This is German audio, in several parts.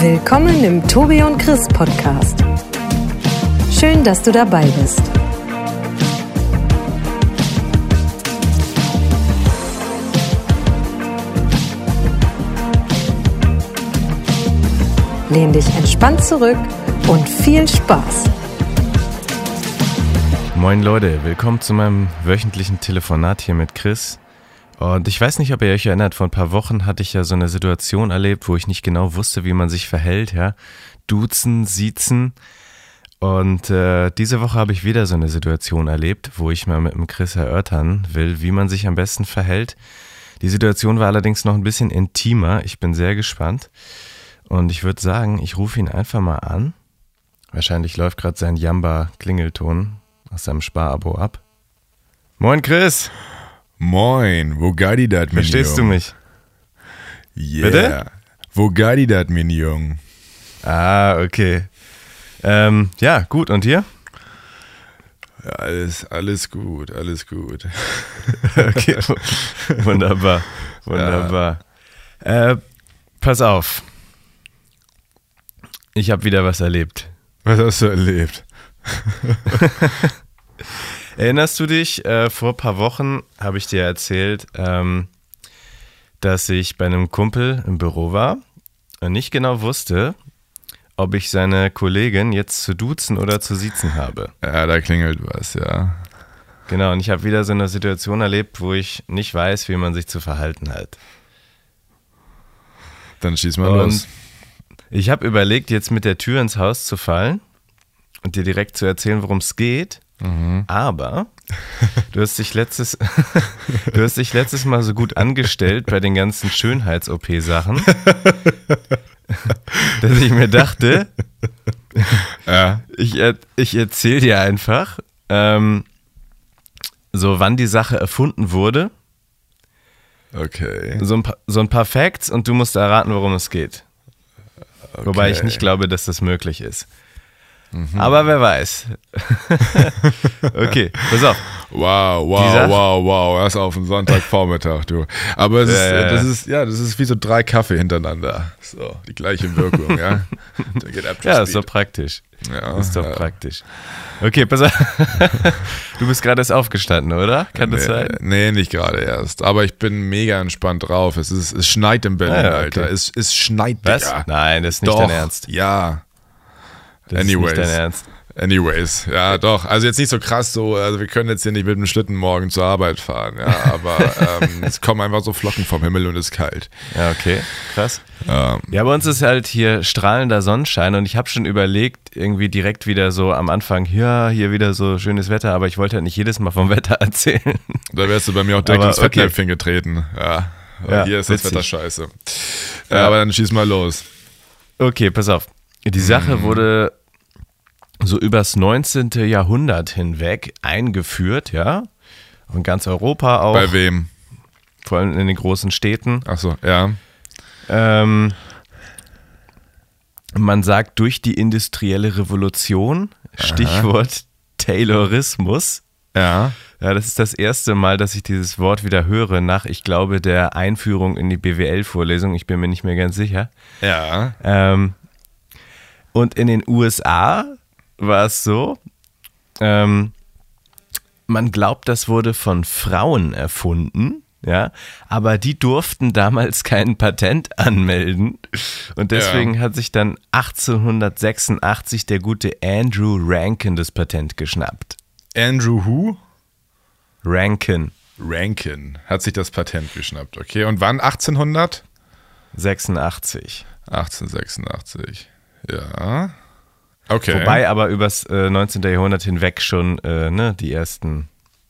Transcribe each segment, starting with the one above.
Willkommen im Tobi und Chris Podcast. Schön, dass du dabei bist. Lehn dich entspannt zurück und viel Spaß. Moin Leute, willkommen zu meinem wöchentlichen Telefonat hier mit Chris. Und ich weiß nicht, ob ihr euch erinnert, vor ein paar Wochen hatte ich ja so eine Situation erlebt, wo ich nicht genau wusste, wie man sich verhält, ja. Duzen, siezen. Und diese Woche habe ich wieder so eine Situation erlebt, wo ich mal mit dem Chris erörtern will, wie man sich am besten verhält. Die Situation war allerdings noch ein bisschen intimer. Ich bin sehr gespannt. Und ich würde sagen, ich rufe ihn einfach mal an. Wahrscheinlich läuft gerade sein Jamba-Klingelton aus seinem Sparabo ab. Moin Chris! Moin, wo geht die dat, mein Verstehst du mich? Yeah. Bitte? Wo geht die dat, mein Jung? Ah, okay. Ja, gut. Und hier? Ja, alles gut. Okay, wunderbar. Pass auf. Ich habe wieder was erlebt. Was hast du erlebt? Erinnerst du dich, vor ein paar Wochen habe ich dir erzählt, dass ich bei einem Kumpel im Büro war und nicht genau wusste, ob ich seine Kollegin jetzt zu duzen oder zu siezen habe. Ja, da klingelt was, ja. Genau, und ich habe wieder so eine Situation erlebt, wo ich nicht weiß, wie man sich zu verhalten hat. Dann schieß mal los. Ich habe überlegt, jetzt mit der Tür ins Haus zu fallen und dir direkt zu erzählen, worum es geht. Aber du hast dich letztes Mal so gut angestellt bei den ganzen Schönheits-OP-Sachen, dass ich mir dachte, Ja. ich erzähle dir einfach, so wann die Sache erfunden wurde, Okay. so ein paar Facts und du musst erraten, worum es geht. Okay. Wobei ich nicht glaube, dass das möglich ist. Aber wer weiß. Okay, pass auf. Wow. Erst auf einen Sonntagvormittag, du. Aber das ist wie so 3 Kaffee hintereinander. So, die gleiche Wirkung, ja. Der geht up to Ja, speed. ist doch praktisch. Ja, Ist doch praktisch. Okay, pass auf. Du bist gerade erst aufgestanden, oder? Kann das sein? Nee, nicht gerade erst. Aber ich bin mega entspannt drauf. Es schneit in Berlin, Ah, ja, okay. Alter. Es schneit, Was? Digga. Nein, das ist nicht Doch, dein Ernst. Ja. Das ist nicht dein Ernst. Anyways, ja doch, also jetzt nicht so krass so, also wir können jetzt hier nicht mit dem Schlitten morgen zur Arbeit fahren, ja, aber es kommen einfach so Flocken vom Himmel und es ist kalt. Ja, okay, krass. Ja, bei uns ist halt hier strahlender Sonnenschein und ich habe schon überlegt, irgendwie direkt wieder so am Anfang, ja, hier wieder so schönes Wetter, aber ich wollte halt nicht jedes Mal vom Wetter erzählen. Da wärst du bei mir auch direkt Aber ins Fettnäpfchen getreten, ja, Ja, hier ist witzig. das Wetter scheiße. Ja. Aber dann schieß mal los. Okay, pass auf. Die Sache wurde so übers 19. Jahrhundert hinweg eingeführt, ja, in ganz Europa auch, Bei wem? vor allem in den großen Städten. Achso, ja. Man sagt durch die industrielle Revolution, Stichwort Taylorismus. Ja. Ja, das ist das erste Mal, dass ich dieses Wort wieder höre, nach, ich glaube, der Einführung in die BWL-Vorlesung. Ich bin mir nicht mehr ganz sicher. Ja. Und in den USA war es so, man glaubt, das wurde von Frauen erfunden, ja, aber die durften damals kein Patent anmelden und deswegen hat sich dann 1886 der gute Andrew Rankin das Patent geschnappt. Andrew who? Rankin. Rankin hat sich das Patent geschnappt, okay. Und wann? 1800? 86. 1886, ja. Okay. Wobei aber übers 19. Jahrhundert hinweg schon die ersten,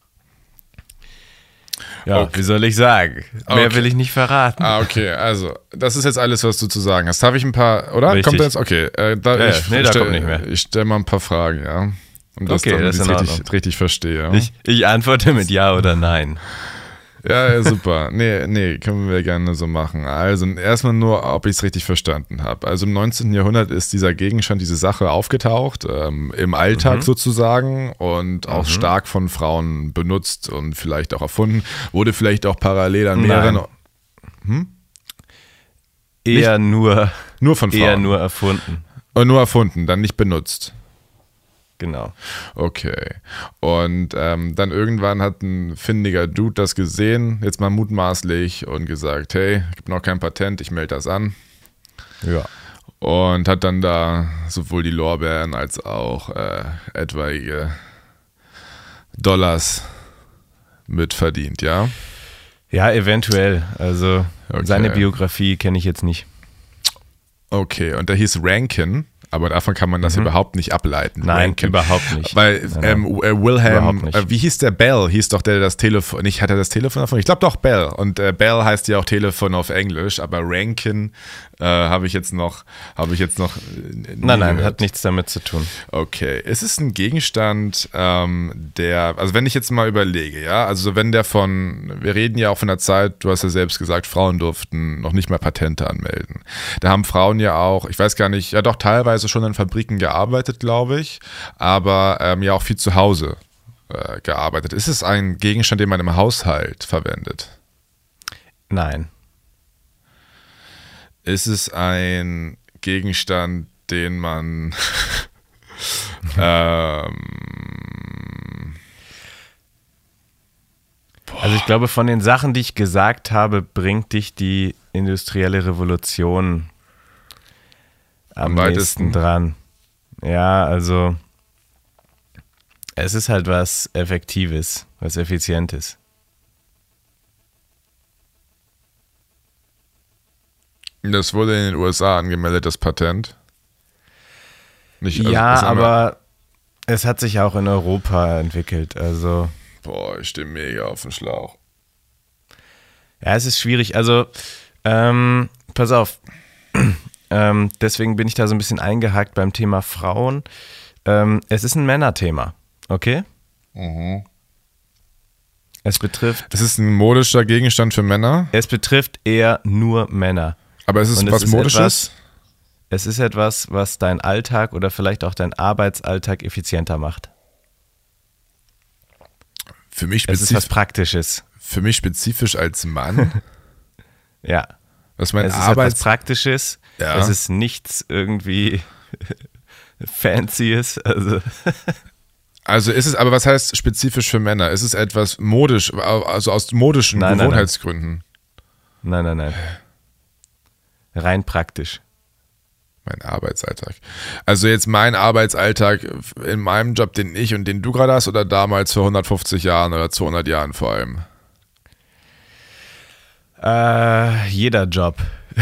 ja, Okay. wie soll ich sagen? Mehr Okay. will ich nicht verraten. Okay, also, das ist jetzt alles, was du zu sagen hast. Darf ich ein paar, oder? Richtig. Kommt da jetzt? Okay. Da kommt nicht mehr. Ich stelle mal ein paar Fragen, ja. Und das Okay, dann, das ist in ich Ordnung. richtig verstehe. Ich antworte mit Ja oder Nein. Ja, super. Nee, können wir gerne so machen. Also erstmal nur, ob ich es richtig verstanden habe. Also im 19. Jahrhundert ist dieser Gegenstand, diese Sache aufgetaucht, im Alltag sozusagen und auch stark von Frauen benutzt und vielleicht auch erfunden. Wurde vielleicht auch parallel an mehreren... Eher nur Nur von Frauen? Eher nur erfunden. Nur erfunden, dann nicht benutzt. Genau. Okay. Und dann irgendwann hat ein findiger Dude das gesehen, jetzt mal mutmaßlich, und gesagt, hey, ich habe noch kein Patent, ich melde das an. Ja. Und hat dann da sowohl die Lorbeeren als auch etwaige Dollars mitverdient, ja? Ja, eventuell. Also seine Biografie kenne ich jetzt nicht. Okay, und der hieß Rankin, aber davon kann man das überhaupt nicht ableiten. Nein, Rankin. überhaupt nicht. Weil Wilhelm, wie hieß der? Bell hieß doch der das Telefon, nicht hat er das Telefon davon? Ich glaube doch Bell. Und Bell heißt ja auch Telefon auf Englisch, aber Rankin habe ich jetzt noch Nein, gehört. hat nichts damit zu tun. Okay, es ist ein Gegenstand, also wenn ich jetzt mal überlege, ja, also wenn wir reden ja auch von der Zeit, du hast ja selbst gesagt, Frauen durften noch nicht mal Patente anmelden. Da haben Frauen ja auch, ich weiß gar nicht, ja doch teilweise schon in Fabriken gearbeitet, glaube ich, aber ja auch viel zu Hause gearbeitet. Ist es ein Gegenstand, den man im Haushalt verwendet? Nein. Ist es ein Gegenstand, den man Also ich glaube, von den Sachen, die ich gesagt habe, bringt dich die industrielle Revolution am nächsten dran. Ja, also es ist halt was Effektives, was Effizientes. Das wurde in den USA angemeldet, das Patent. Nicht, ja, aber es hat sich auch in Europa entwickelt. Also boah, ich stehe mega auf den Schlauch. Ja, es ist schwierig. Also, pass auf. Deswegen bin ich da so ein bisschen eingehakt beim Thema Frauen. Es ist ein Männerthema, okay? Mhm. Es ist ein modischer Gegenstand für Männer? Es betrifft eher nur Männer. Aber ist es was Modisches? Es ist etwas, was deinen Alltag oder vielleicht auch deinen Arbeitsalltag effizienter macht. Für mich es ist was Praktisches. Für mich spezifisch als Mann? Ja. Was mein es ist etwas Praktisches. Ja. Es ist nichts irgendwie Fancyes. Also ist es, aber was heißt spezifisch für Männer? Ist es etwas modisch, also aus modischen Gewohnheitsgründen? Nein. Rein praktisch. Mein Arbeitsalltag. Also jetzt mein Arbeitsalltag in meinem Job, den ich und den du gerade hast, oder damals vor 150 Jahren oder 200 Jahren vor allem? Jeder Job.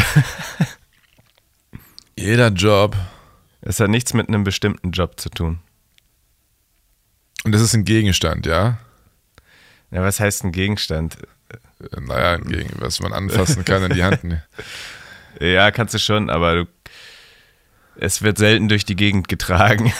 Jeder Job. Es hat nichts mit einem bestimmten Job zu tun. Und das ist ein Gegenstand, ja? Ja, was heißt ein Gegenstand? Naja, was man anfassen kann in die Hand. Ja, kannst du schon, aber es wird selten durch die Gegend getragen.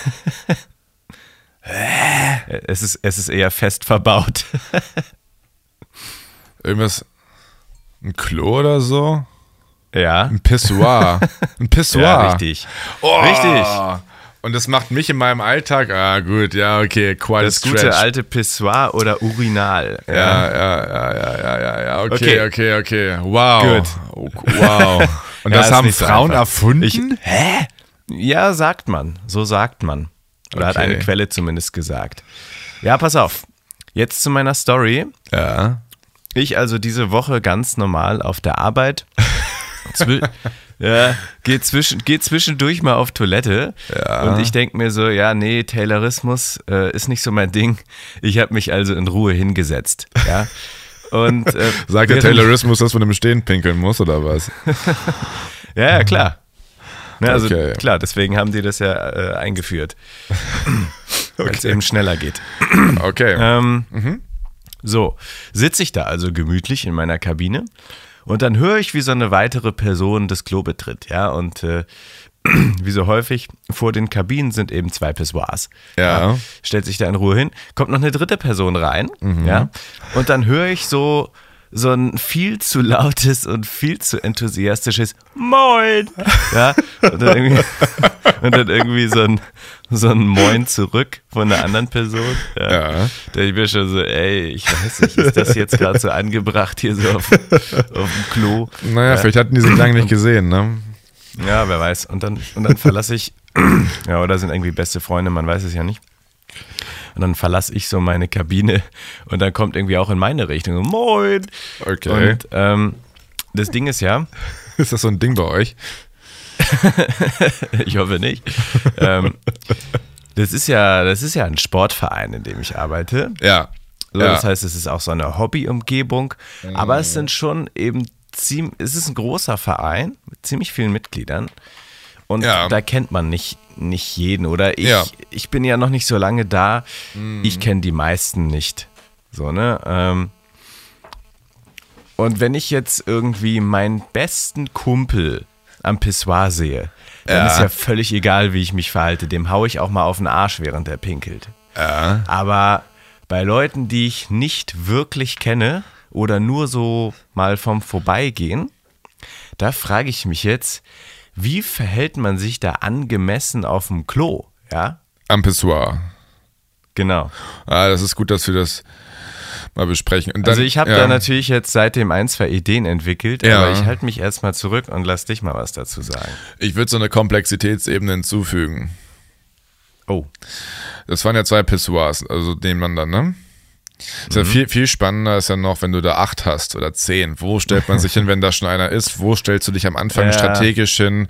Es ist eher fest verbaut. Irgendwas, ein Klo oder so? Ja. Ein Pissoir. Ein Pissoir. Ja, richtig. Oh. Richtig. Und das macht mich in meinem Alltag, gut, ja, okay, quite das gute alte Pissoir oder Urinal. Ja, okay. Wow. Gut. Wow. Und das haben Frauen erfunden? Hä? Ja, sagt man. So sagt man. Oder hat eine Quelle zumindest gesagt. Ja, pass auf. Jetzt zu meiner Story. Ja. Ich also diese Woche ganz normal auf der Arbeit. Geh zwischendurch mal auf Toilette. Ja. Und ich denke mir so, ja, nee, Taylorismus ist nicht so mein Ding. Ich habe mich also in Ruhe hingesetzt. Ja. Und, sagt der Taylorismus, dass man im Stehen pinkeln muss, oder was? Ja, klar. Ja, also klar, deswegen haben die das ja eingeführt. Weil es eben schneller geht. Okay. So, sitze ich da also gemütlich in meiner Kabine und dann höre ich, wie so eine weitere Person das Klo betritt, ja, und wie so häufig vor den Kabinen sind eben 2 Pissoirs. Ja. Stellt sich da in Ruhe hin, kommt noch eine dritte Person rein, ja, und dann höre ich so ein viel zu lautes und viel zu enthusiastisches Moin, ja, und dann irgendwie so ein Moin zurück von einer anderen Person. Ja. Da ich mir schon so, ich weiß nicht, ist das jetzt gerade so angebracht hier so auf dem Klo? Naja, vielleicht hatten die sich lange nicht gesehen, ne? Ja, wer weiß. Und dann verlasse ich, ja, oder sind irgendwie beste Freunde, man weiß es ja nicht. Und dann verlasse ich so meine Kabine und dann kommt irgendwie auch in meine Richtung so, moin. Okay. Und das Ding ist ja. Ist das so ein Ding bei euch? Ich hoffe nicht. Das ist ja ein Sportverein, in dem ich arbeite. Ja. So, das heißt, es ist auch so eine Hobbyumgebung, aber es sind schon eben es ist ein großer Verein mit ziemlich vielen Mitgliedern und da kennt man nicht jeden, oder? Ich bin ja noch nicht so lange da, ich kenne die meisten nicht. So, ne? Und wenn ich jetzt irgendwie meinen besten Kumpel am Pissoir sehe, dann ist ja völlig egal, wie ich mich verhalte. Dem haue ich auch mal auf den Arsch, während er pinkelt. Ja. Aber bei Leuten, die ich nicht wirklich kenne oder nur so mal vom Vorbeigehen, da frage ich mich jetzt, wie verhält man sich da angemessen auf dem Klo? Ja? Am Pissoir. Genau. Das ist gut, dass wir das mal besprechen. Und dann, also ich habe da natürlich jetzt seitdem 1, 2 Ideen entwickelt, aber ich halte mich erstmal zurück und lass dich mal was dazu sagen. Ich würde so eine Komplexitätsebene hinzufügen. Oh. Das waren ja 2 Pissoirs, also nebeneinander, ne? Ist ja viel spannender ist ja noch, wenn du da 8 hast oder 10. Wo stellt man sich hin, wenn da schon einer ist? Wo stellst du dich am Anfang strategisch hin?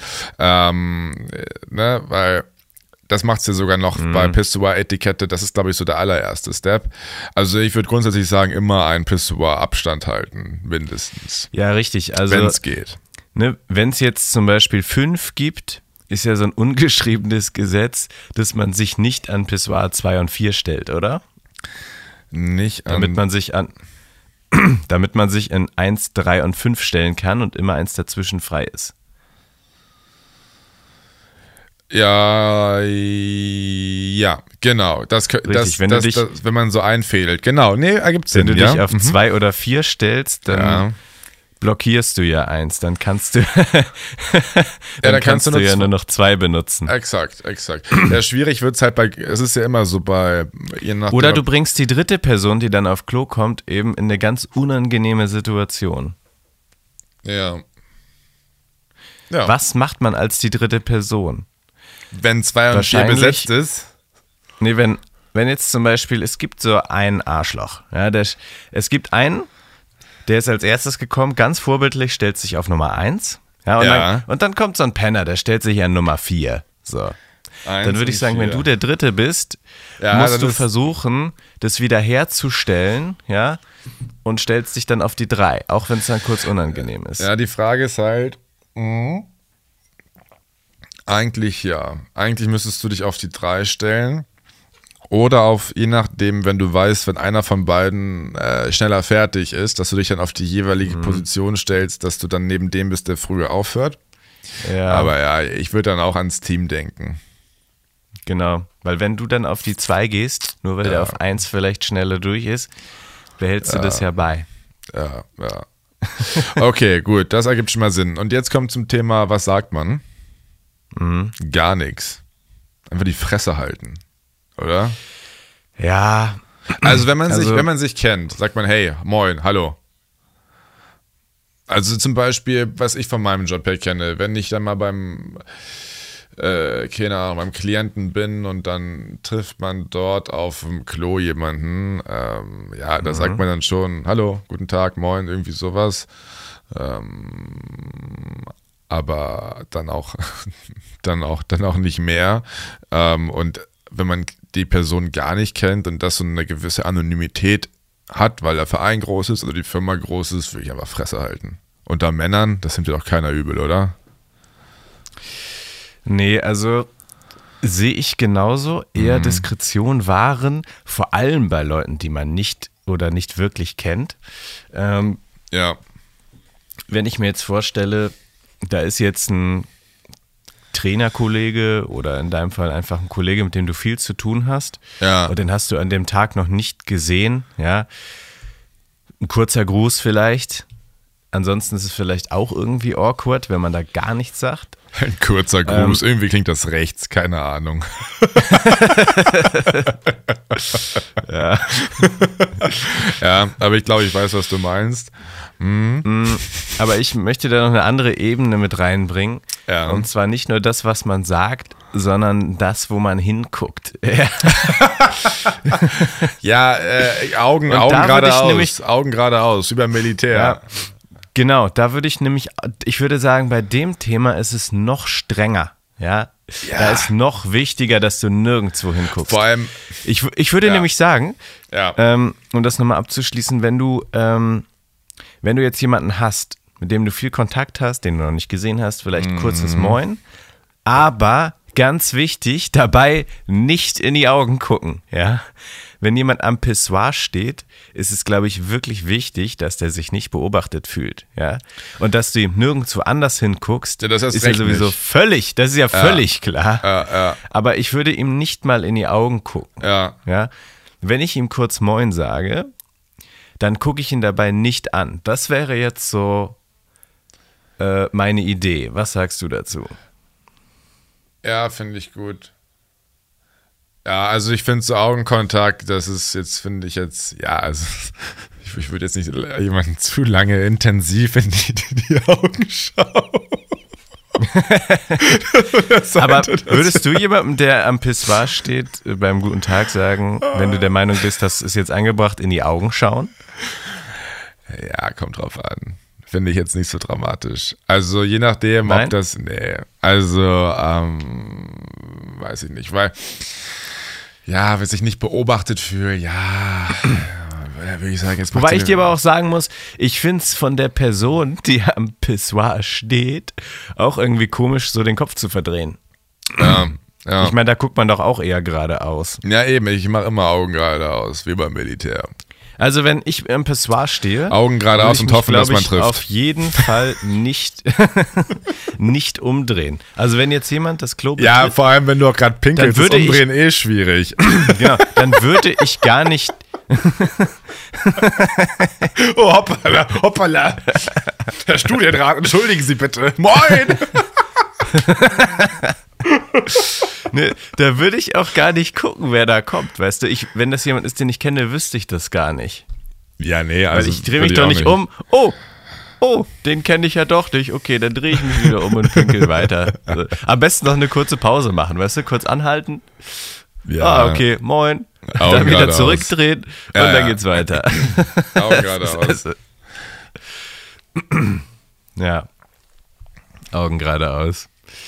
Ne? Weil das macht es ja sogar noch bei Pissoir-Etikette. Das ist, glaube ich, so der allererste Step. Also ich würde grundsätzlich sagen, immer einen Pissoir-Abstand halten, mindestens. Ja, richtig. Also, wenn es geht. Ne, wenn es jetzt zum Beispiel 5 gibt, ist ja so ein ungeschriebenes Gesetz, dass man sich nicht an Pissoir 2 und 4 stellt, oder? Nicht an... Damit man sich in 1, 3 und 5 stellen kann und immer eins dazwischen frei ist. Ja, genau. Wenn man so einfädelt. Genau, nee, ergibt Sinn. Wenn du dich auf 2 oder 4 stellst, dann blockierst du ja 1. Dann kannst du, dann kannst du ja nur noch 2 benutzen. Exakt. Ja, schwierig wird es halt es ist ja immer so je nachdem. Oder du bringst die dritte Person, die dann auf Klo kommt, eben in eine ganz unangenehme Situation. Ja. Was macht man als die dritte Person? Wenn 2 und 4 besetzt ist? Nee, wenn jetzt zum Beispiel, es gibt so ein Arschloch. Ja, es gibt einen, der ist als erstes gekommen, ganz vorbildlich, stellt sich auf Nummer 1. Ja, und dann kommt so ein Penner, der stellt sich an Nummer 4. So. Dann würde ich sagen, 4. Wenn du der Dritte bist, musst du versuchen, das wieder herzustellen, ja, und stellst dich dann auf die 3, auch wenn es dann kurz unangenehm ist. Ja, die Frage ist halt, eigentlich ja. Eigentlich müsstest du dich auf die 3 stellen. Oder je nachdem, wenn du weißt, wenn einer von beiden schneller fertig ist, dass du dich dann auf die jeweilige Position stellst, dass du dann neben dem bist, der früher aufhört. Ja. Aber ja, ich würde dann auch ans Team denken. Genau, weil wenn du dann auf die 2 gehst, nur weil der auf 1 vielleicht schneller durch ist, behältst du das ja bei. Ja. Okay, gut, das ergibt schon mal Sinn. Und jetzt kommt zum Thema, was sagt man? Gar nichts. Einfach die Fresse halten. Oder? Ja. Also wenn man sich kennt, sagt man, hey, moin, hallo. Also zum Beispiel, was ich von meinem Job her kenne, wenn ich dann mal beim Klienten bin und dann trifft man dort auf dem Klo jemanden, da sagt man dann schon, hallo, guten Tag, moin, irgendwie sowas. Aber dann auch nicht mehr. Und wenn man die Person gar nicht kennt und das so eine gewisse Anonymität hat, weil der Verein groß ist oder die Firma groß ist, würde ich einfach Fresse halten. Unter Männern, das nimmt ja doch keiner übel, oder? Nee, also sehe ich genauso. Eher Diskretion wahren, vor allem bei Leuten, die man nicht oder nicht wirklich kennt. Ja. Wenn ich mir jetzt vorstelle, da ist jetzt ein Trainerkollege oder in deinem Fall einfach ein Kollege, mit dem du viel zu tun hast. Ja. Und den hast du an dem Tag noch nicht gesehen. Ja. Ein kurzer Gruß vielleicht. Ansonsten ist es vielleicht auch irgendwie awkward, wenn man da gar nichts sagt. Ein kurzer Gruß. Irgendwie klingt das rechts, keine Ahnung. Ja. Ja, aber ich glaube, ich weiß, was du meinst. Aber ich möchte da noch eine andere Ebene mit reinbringen. Ja. Und zwar nicht nur das, was man sagt, sondern das, wo man hinguckt. Ja, Augen geradeaus, Augen geradeaus, über Militär. Ja, genau, da würde ich nämlich, ich würde sagen, bei dem Thema ist es noch strenger, ja. Da ist noch wichtiger, dass du nirgendwo hinguckst. Vor allem, ich würde nämlich sagen, um das nochmal abzuschließen, wenn du jetzt jemanden hast, mit dem du viel Kontakt hast, den du noch nicht gesehen hast, vielleicht ein kurzes Moin, aber ganz wichtig, dabei nicht in die Augen gucken, ja. Wenn jemand am Pissoir steht, ist es, glaube ich, wirklich wichtig, dass der sich nicht beobachtet fühlt, ja. Und dass du ihm nirgendwo anders hinguckst, das ist ja sowieso nicht. völlig, das ist ja völlig klar. Ja. Aber ich würde ihm nicht mal in die Augen gucken, Ja. Wenn ich ihm kurz Moin sage, dann gucke ich ihn dabei nicht an. Das wäre jetzt so meine Idee. Was sagst du dazu? Ja, finde ich gut. Ja, also ich finde so Augenkontakt, das ist jetzt, finde ich jetzt, ja, also ich würde jetzt nicht jemanden zu lange intensiv in die Augen schauen. Aber würdest du jemandem, der am Pissoir steht, beim guten Tag sagen, wenn du der Meinung bist, das ist jetzt angebracht, in die Augen schauen? Ja, kommt drauf an. Finde ich jetzt nicht so dramatisch. Also je nachdem, Nein? ob das, also weiß ich nicht, weil, ja, wenn ich nicht beobachtet fühle, würde ich sagen, jetzt Wobei ich dir aber auch sagen muss, ich finde es von der Person, die am Pissoir steht, auch irgendwie komisch, so den Kopf zu verdrehen. Ja. Ich meine, da guckt man doch auch eher geradeaus. Ja, eben, ich mache immer Augen geradeaus, wie beim Militär. Also wenn ich am Pissoir stehe, Augen geradeaus und hoffen, dass man trifft. Auf jeden Fall nicht umdrehen. Also wenn jetzt jemand das Klo betritt, Ja, vor allem, wenn du auch gerade pinkelst, ist umdrehen schwierig. Genau, dann würde ich gar nicht... Oh, hoppala. Herr Studienrat, entschuldigen Sie bitte. Moin! Ne, da würde ich auch gar nicht gucken, wer da kommt, weißt du. Wenn das jemand ist, den ich kenne, wüsste ich das gar nicht. Ja, nee, also. Weil ich drehe mich doch nicht um. Oh, den kenne ich ja doch nicht. Okay, dann drehe ich mich wieder um und pinkel weiter. Also, am besten noch eine kurze Pause machen, weißt du, kurz anhalten. Ja. Okay, moin. Augen dann wieder geradeaus. Zurückdrehen und dann geht's weiter. Augen geradeaus. Ja. Augen geradeaus.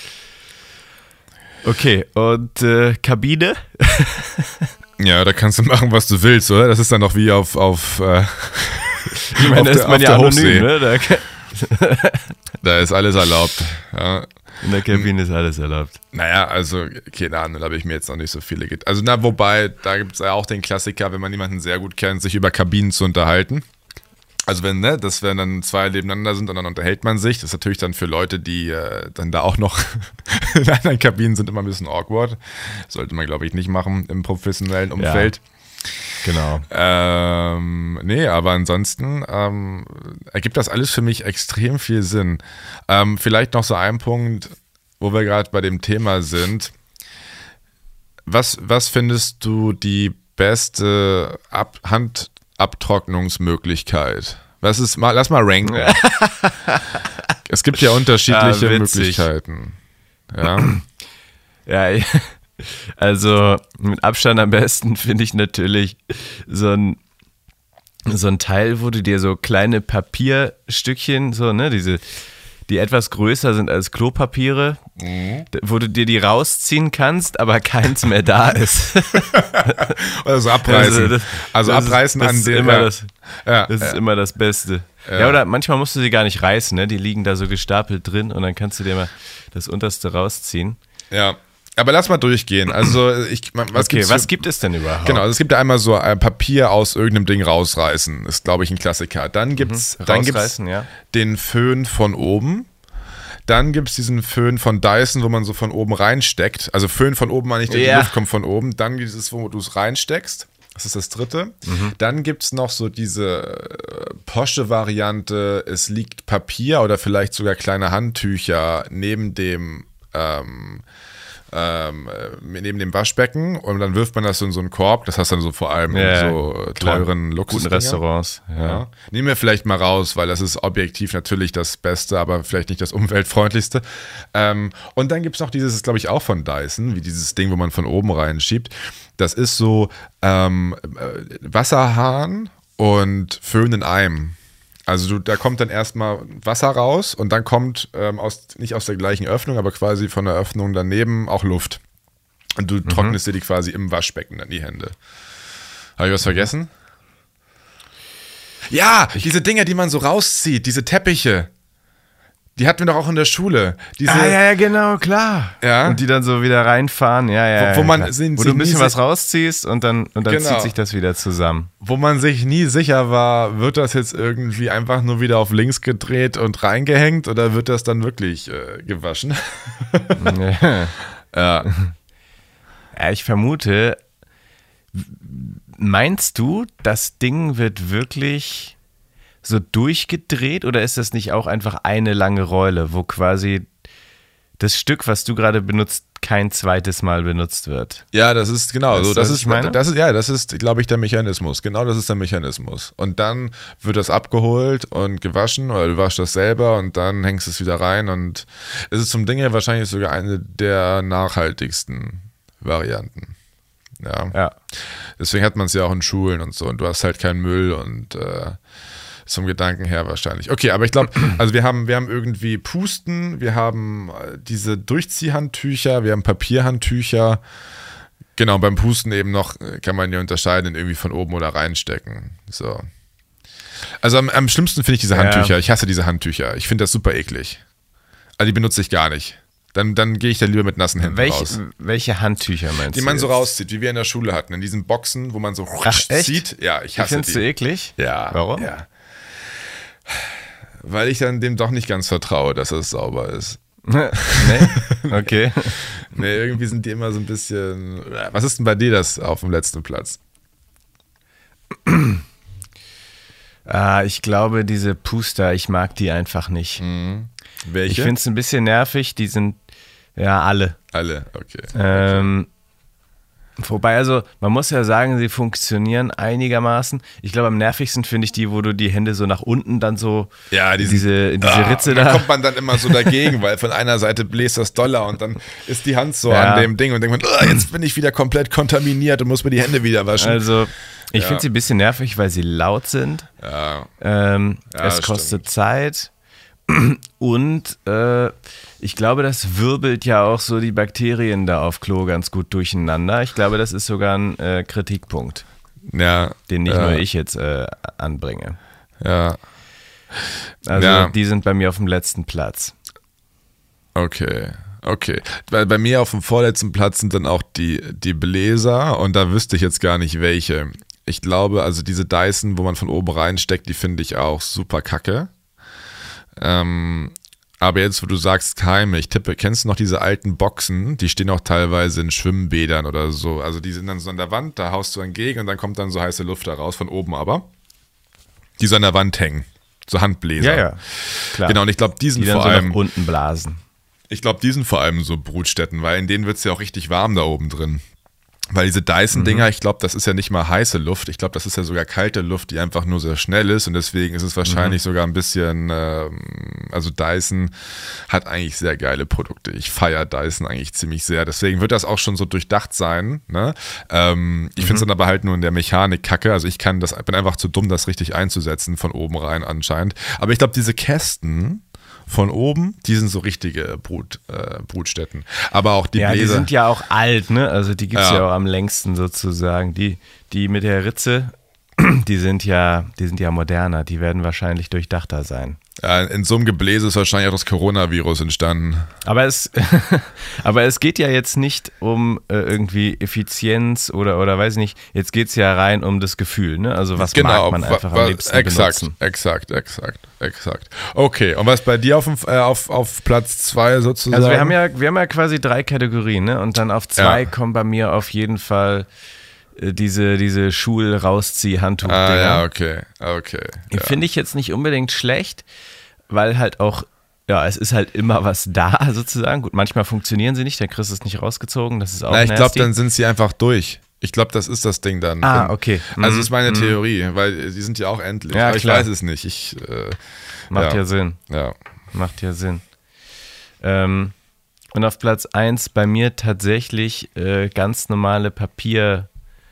Okay, und Kabine? Ja, da kannst du machen, was du willst, oder? Das ist dann noch wie auf Ich meine, da ist man ja Hochsee. anonym, ne? Da ist alles erlaubt. Ja. In der Kabine ist alles erlaubt. Naja, also, keine Ahnung, da habe ich mir jetzt noch nicht so viele Also, wobei, da gibt es ja auch den Klassiker, wenn man jemanden sehr gut kennt, sich über Kabinen zu unterhalten. Also wenn dann zwei nebeneinander sind und dann unterhält man sich. Das ist natürlich dann für Leute, die dann da auch noch in anderen Kabinen sind, immer ein bisschen awkward. Sollte man, glaube ich, nicht machen im professionellen Umfeld. Ja, genau. Nee, aber ansonsten ergibt das alles für mich extrem viel Sinn. Vielleicht noch so ein Punkt, wo wir gerade bei dem Thema sind. Was findest du die beste Handabtrocknungsmöglichkeit? Lass mal ranken. Es gibt ja unterschiedliche Möglichkeiten. Ja. Ja, also mit Abstand am besten finde ich natürlich so ein Teil, wo du dir so kleine Papierstückchen, so, ne, die etwas größer sind als Klopapiere, wo du dir die rausziehen kannst, aber keins mehr da ist. Also abreißen. Abreißen das an ist den. Immer Ja. das ist immer das Beste. Ja, oder manchmal musst du sie gar nicht reißen, ne? Die liegen da so gestapelt drin und dann kannst du dir mal das unterste rausziehen. Ja. Aber lass mal durchgehen. Also was gibt es denn überhaupt? Genau, also es gibt ja einmal so ein Papier aus irgendeinem Ding rausreißen. Ist, glaube ich, ein Klassiker. Dann gibt's den Föhn von oben. Dann gibt es diesen Föhn von Dyson, wo man so von oben reinsteckt. Also Föhn von oben, meine ich, die Luft kommt von oben. Dann gibt es, wo du es reinsteckst. Das ist das dritte. Dann gibt es noch so diese Posche-Variante. Es liegt Papier oder vielleicht sogar kleine Handtücher neben dem neben dem Waschbecken und dann wirft man das so in so einen Korb. Das hast du dann so vor allem in so teuren Luxus. Guten Restaurants. Ja. Nehmen wir vielleicht mal raus, weil das ist objektiv natürlich das Beste, aber vielleicht nicht das umweltfreundlichste. Und dann gibt es noch dieses, glaube ich, auch von Dyson, wie dieses Ding, wo man von oben reinschiebt. Das ist so Wasserhahn und Föhn in einem. Also da kommt dann erstmal Wasser raus und dann kommt nicht aus der gleichen Öffnung, aber quasi von der Öffnung daneben auch Luft. Und du trocknest dir die quasi im Waschbecken dann die Hände. Habe ich was vergessen? Ja, diese Dinger, die man so rauszieht, diese Teppiche. Die hatten wir doch auch in der Schule. Ja, genau, klar. Ja. Und die dann so wieder reinfahren, ja. Wo du ein bisschen was rausziehst und dann genau. zieht sich das wieder zusammen. Wo man sich nie sicher war, wird das jetzt irgendwie einfach nur wieder auf links gedreht und reingehängt oder wird das dann wirklich gewaschen? Ja. Ja, ich vermute, meinst du, das Ding wird wirklich so durchgedreht oder ist das nicht auch einfach eine lange Rolle, wo quasi das Stück, was du gerade benutzt, kein zweites Mal benutzt wird? Ja, das ist genau. Weißt so, du, das was ist, ich meine? das ist, glaube ich, der Mechanismus. Genau, das ist der Mechanismus. Und dann wird das abgeholt und gewaschen oder du waschst das selber und dann hängst es wieder rein und es ist zum Ding her wahrscheinlich sogar eine der nachhaltigsten Varianten. Ja. Deswegen hat man es ja auch in Schulen und so und du hast halt keinen Müll und zum Gedanken her wahrscheinlich. Okay, aber ich glaube, also wir haben irgendwie Pusten, wir haben diese Durchziehhandtücher, wir haben Papierhandtücher. Genau, beim Pusten eben noch kann man ja unterscheiden, irgendwie von oben oder reinstecken. So. Also am schlimmsten finde ich diese Handtücher. Ich hasse diese Handtücher. Ich finde das super eklig. Also die benutze ich gar nicht. Dann gehe ich da lieber mit nassen Händen raus. Welche Handtücher meinst du? Die man so rauszieht, wie wir in der Schule hatten, in diesen Boxen, wo man so zieht. Ja, ich hasse die. Findest du eklig? Ja. Warum? Ja. Weil ich dann dem doch nicht ganz vertraue, dass es sauber ist. Nee? Okay. Nee, irgendwie sind die immer so ein bisschen... Was ist denn bei dir das auf dem letzten Platz? Ich glaube, diese Puster, ich mag die einfach nicht. Welche? Ich finde es ein bisschen nervig, die sind, alle. Alle, okay. Wobei, also, man muss ja sagen, sie funktionieren einigermaßen. Ich glaube, am nervigsten finde ich die, wo du die Hände so nach unten dann so, diese Ritze da. Da kommt man dann immer so dagegen, weil von einer Seite bläst das doller und dann ist die Hand so an dem Ding und denkt man, jetzt bin ich wieder komplett kontaminiert und muss mir die Hände wieder waschen. Also, ich finde sie ein bisschen nervig, weil sie laut sind. Ja. Es kostet Zeit. Und ich glaube, das wirbelt ja auch so die Bakterien da auf Klo ganz gut durcheinander. Ich glaube, das ist sogar ein Kritikpunkt, den nicht nur ich jetzt anbringe. Ja. Also die sind bei mir auf dem letzten Platz. Okay. Bei mir auf dem vorletzten Platz sind dann auch die Bläser und da wüsste ich jetzt gar nicht welche. Ich glaube, also diese Dyson, wo man von oben reinsteckt, die finde ich auch super kacke. Aber jetzt, wo du sagst Keime, ich tippe, kennst du noch diese alten Boxen? Die stehen auch teilweise in Schwimmbädern oder so. Also die sind dann so an der Wand, da haust du entgegen und dann kommt dann so heiße Luft da raus, von oben aber. Die so an der Wand hängen. So Handbläser. Ja, klar. Genau, und ich glaube, die sind dann vor so allem nach unten blasen. Ich glaube, die sind vor allem so Brutstätten, weil in denen wird es ja auch richtig warm da oben drin. Weil diese Dyson-Dinger, ich glaube, das ist ja nicht mal heiße Luft. Ich glaube, das ist ja sogar kalte Luft, die einfach nur sehr schnell ist. Und deswegen ist es wahrscheinlich sogar ein bisschen, also Dyson hat eigentlich sehr geile Produkte. Ich feiere Dyson eigentlich ziemlich sehr. Deswegen wird das auch schon so durchdacht sein. Ne? Ich finde es dann aber halt nur in der Mechanik kacke. Also ich bin einfach zu dumm, das richtig einzusetzen, von oben rein anscheinend. Aber ich glaube, diese Kästen von oben, die sind so richtige Brutstätten. Aber auch die Bläser. Die sind ja auch alt, ne? Also die gibt es ja auch am längsten sozusagen. Die mit der Ritze, die sind ja moderner. Die werden wahrscheinlich durchdachter sein. In so einem Gebläse ist wahrscheinlich auch das Coronavirus entstanden. Aber es geht ja jetzt nicht um irgendwie Effizienz oder weiß ich nicht. Jetzt geht es ja rein um das Gefühl, ne? Also was mag man einfach am liebsten benutzen. Exakt. Okay, und was bei dir auf Platz 2 sozusagen? Also wir haben ja quasi 3 Kategorien, ne? Und dann auf 2 kommen bei mir auf jeden Fall diese Schul-Rauszieh-Handtuch-Dinger. Okay. Finde ich jetzt nicht unbedingt schlecht, weil halt auch ja, es ist halt immer was da sozusagen. Gut, manchmal funktionieren sie nicht, dann kriegst du es nicht rausgezogen, das ist auch ich glaube, nasty. dann sind sie einfach durch. Ich glaube, das ist das Ding dann. Okay. Also ist meine Theorie, weil die sind ja auch endlich. Ja, aber ich weiß es nicht. Macht ja Sinn. Ja. Macht ja Sinn. Und auf Platz 1 bei mir tatsächlich ganz normale Papier-Dinger.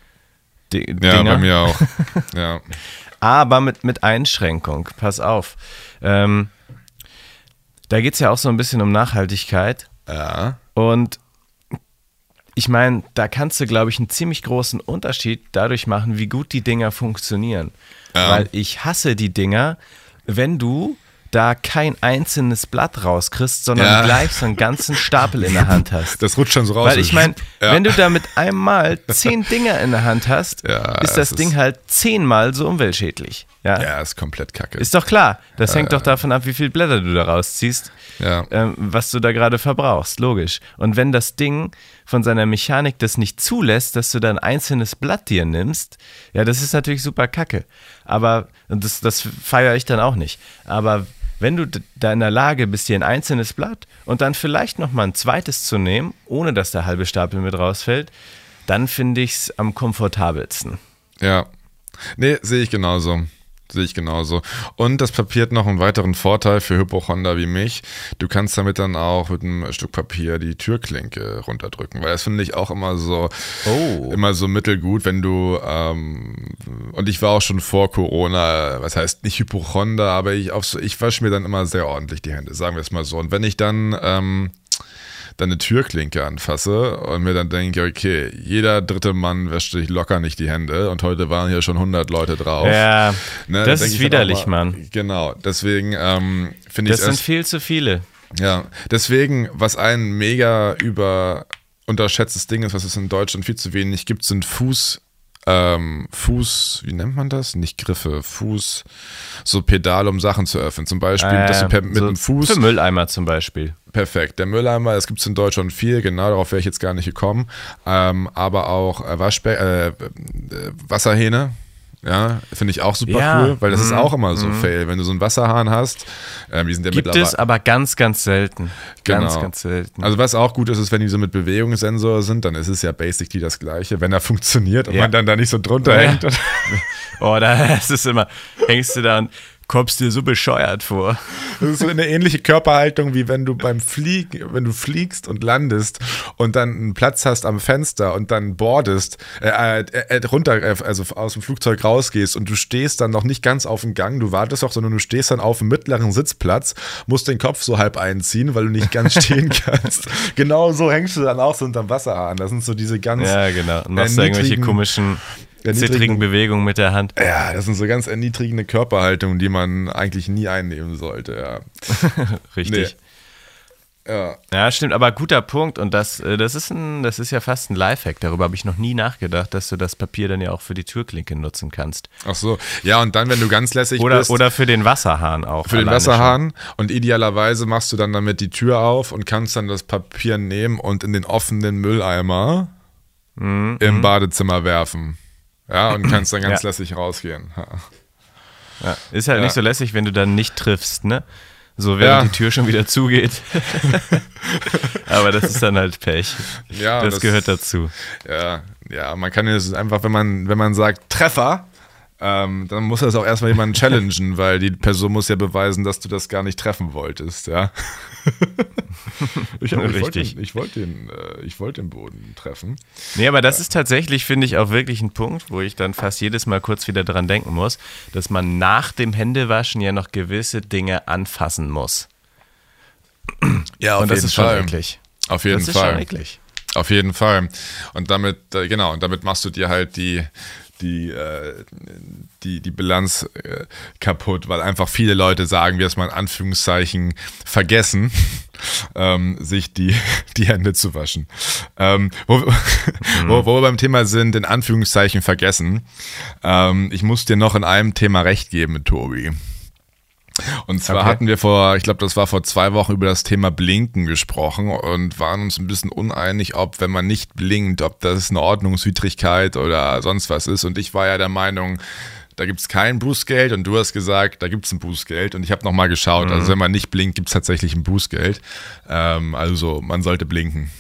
Ja, bei mir auch. Ja. Aber mit Einschränkung. Pass auf. Da geht es ja auch so ein bisschen um Nachhaltigkeit. Ja. Und ich meine, da kannst du, glaube ich, einen ziemlich großen Unterschied dadurch machen, wie gut die Dinger funktionieren. Ja. Weil ich hasse die Dinger, wenn du da kein einzelnes Blatt rauskriegst, sondern gleich so einen ganzen Stapel in der Hand hast. Das rutscht schon so raus. Weil ich meine, wenn du da mit einem Mal 10 Dinger in der Hand hast, ist das Ding halt 10-mal so umweltschädlich. Ja, ist komplett kacke. Ist doch klar. Das hängt doch davon ab, wie viele Blätter du da rausziehst, was du da gerade verbrauchst, logisch. Und wenn das Ding von seiner Mechanik das nicht zulässt, dass du da ein einzelnes Blatt dir nimmst, ja, das ist natürlich super kacke. Aber das feiere ich dann auch nicht. Aber wenn du da in der Lage bist, dir ein einzelnes Blatt und dann vielleicht nochmal ein zweites zu nehmen, ohne dass der halbe Stapel mit rausfällt, dann finde ich es am komfortabelsten. Ja. Nee, sehe ich genauso. Und das Papier hat noch einen weiteren Vorteil für Hypochonder wie mich. Du kannst damit dann auch mit einem Stück Papier die Türklinke runterdrücken, weil das finde ich auch immer so mittelgut, wenn du und ich war auch schon vor Corona, was heißt nicht Hypochonder, aber ich wasche mir dann immer sehr ordentlich die Hände, sagen wir es mal so. Und wenn ich dann eine Türklinke anfasse und mir dann denke, okay, jeder dritte Mann wäscht sich locker nicht die Hände und heute waren hier schon 100 Leute drauf. Ja, das ist widerlich, Mann. Genau, deswegen finde ich das sind viel zu viele. Ja, deswegen, was ein mega unterschätztes Ding ist, was es in Deutschland viel zu wenig gibt, sind Fuß, wie nennt man das? Nicht Griffe, Fuß, so Pedale, um Sachen zu öffnen. Zum Beispiel, dass du mit dem Fuß. Für Mülleimer zum Beispiel. Perfekt. Der Mülleimer, das gibt es in Deutschland viel, genau, darauf wäre ich jetzt gar nicht gekommen. Aber auch Wasserhähne. Ja, finde ich auch super cool, weil das ist auch immer so fail. Wenn du so einen Wasserhahn hast, die sind ja gibt mittlerweile. Es aber ganz, ganz selten. Genau. Ganz selten. Also was auch gut ist, wenn die so mit Bewegungssensor sind, dann ist es ja basically das Gleiche, wenn er funktioniert und man dann da nicht so drunter hängt. Oh, das ist immer, hängst du da und kommst dir so bescheuert vor. Das ist so eine ähnliche Körperhaltung, wie wenn du wenn du fliegst und landest und dann einen Platz hast am Fenster und dann boardest, also aus dem Flugzeug rausgehst und du stehst dann noch nicht ganz auf dem Gang, du wartest auch, sondern du stehst dann auf dem mittleren Sitzplatz, musst den Kopf so halb einziehen, weil du nicht ganz stehen kannst. Genau so hängst du dann auch so unterm Wasserhahn. Das sind so diese ganz genau. Und machst da irgendwelche komischen zittrigen Bewegungen mit der Hand. Ja, das sind so ganz erniedrigende Körperhaltungen, die man eigentlich nie einnehmen sollte. Ja. Richtig. Nee. Ja, stimmt, aber guter Punkt und das ist ja fast ein Lifehack. Darüber habe ich noch nie nachgedacht, dass du das Papier dann ja auch für die Türklinke nutzen kannst. Ach so, ja, und dann, wenn du ganz lässig bist. Oder für den Wasserhahn auch. Für den Wasserhahn und idealerweise machst du dann damit die Tür auf und kannst dann das Papier nehmen und in den offenen Mülleimer im Badezimmer werfen. Ja, und kannst dann ganz lässig rausgehen. Ja. Ist halt nicht so lässig, wenn du dann nicht triffst, ne? So, während die Tür schon wieder zugeht. Aber das ist dann halt Pech. Ja, das gehört dazu. Ja, man kann es einfach, wenn man sagt Treffer, dann muss das auch erstmal jemanden challengen, weil die Person muss ja beweisen, dass du das gar nicht treffen wolltest, ja. Ich wollte den Boden treffen. Nee, aber das ist tatsächlich, finde ich, auch wirklich ein Punkt, wo ich dann fast jedes Mal kurz wieder dran denken muss, dass man nach dem Händewaschen ja noch gewisse Dinge anfassen muss. Ja, auf jeden Fall. Und das ist schon eklig. Auf jeden Fall. Das ist schon eklig. Auf jeden Fall. Und damit machst du dir halt die Bilanz kaputt, weil einfach viele Leute, sagen wir es mal in Anführungszeichen, vergessen, sich die Hände zu waschen. Wo wir beim Thema sind, in Anführungszeichen vergessen, ich muss dir noch in einem Thema recht geben, Tobi. Und zwar hatten wir vor 2 Wochen über das Thema Blinken gesprochen und waren uns ein bisschen uneinig, ob, wenn man nicht blinkt, ob das eine Ordnungswidrigkeit oder sonst was ist. Und ich war ja der Meinung, da gibt es kein Bußgeld und du hast gesagt, da gibt es ein Bußgeld und ich habe nochmal geschaut, also wenn man nicht blinkt, gibt es tatsächlich ein Bußgeld, also man sollte blinken.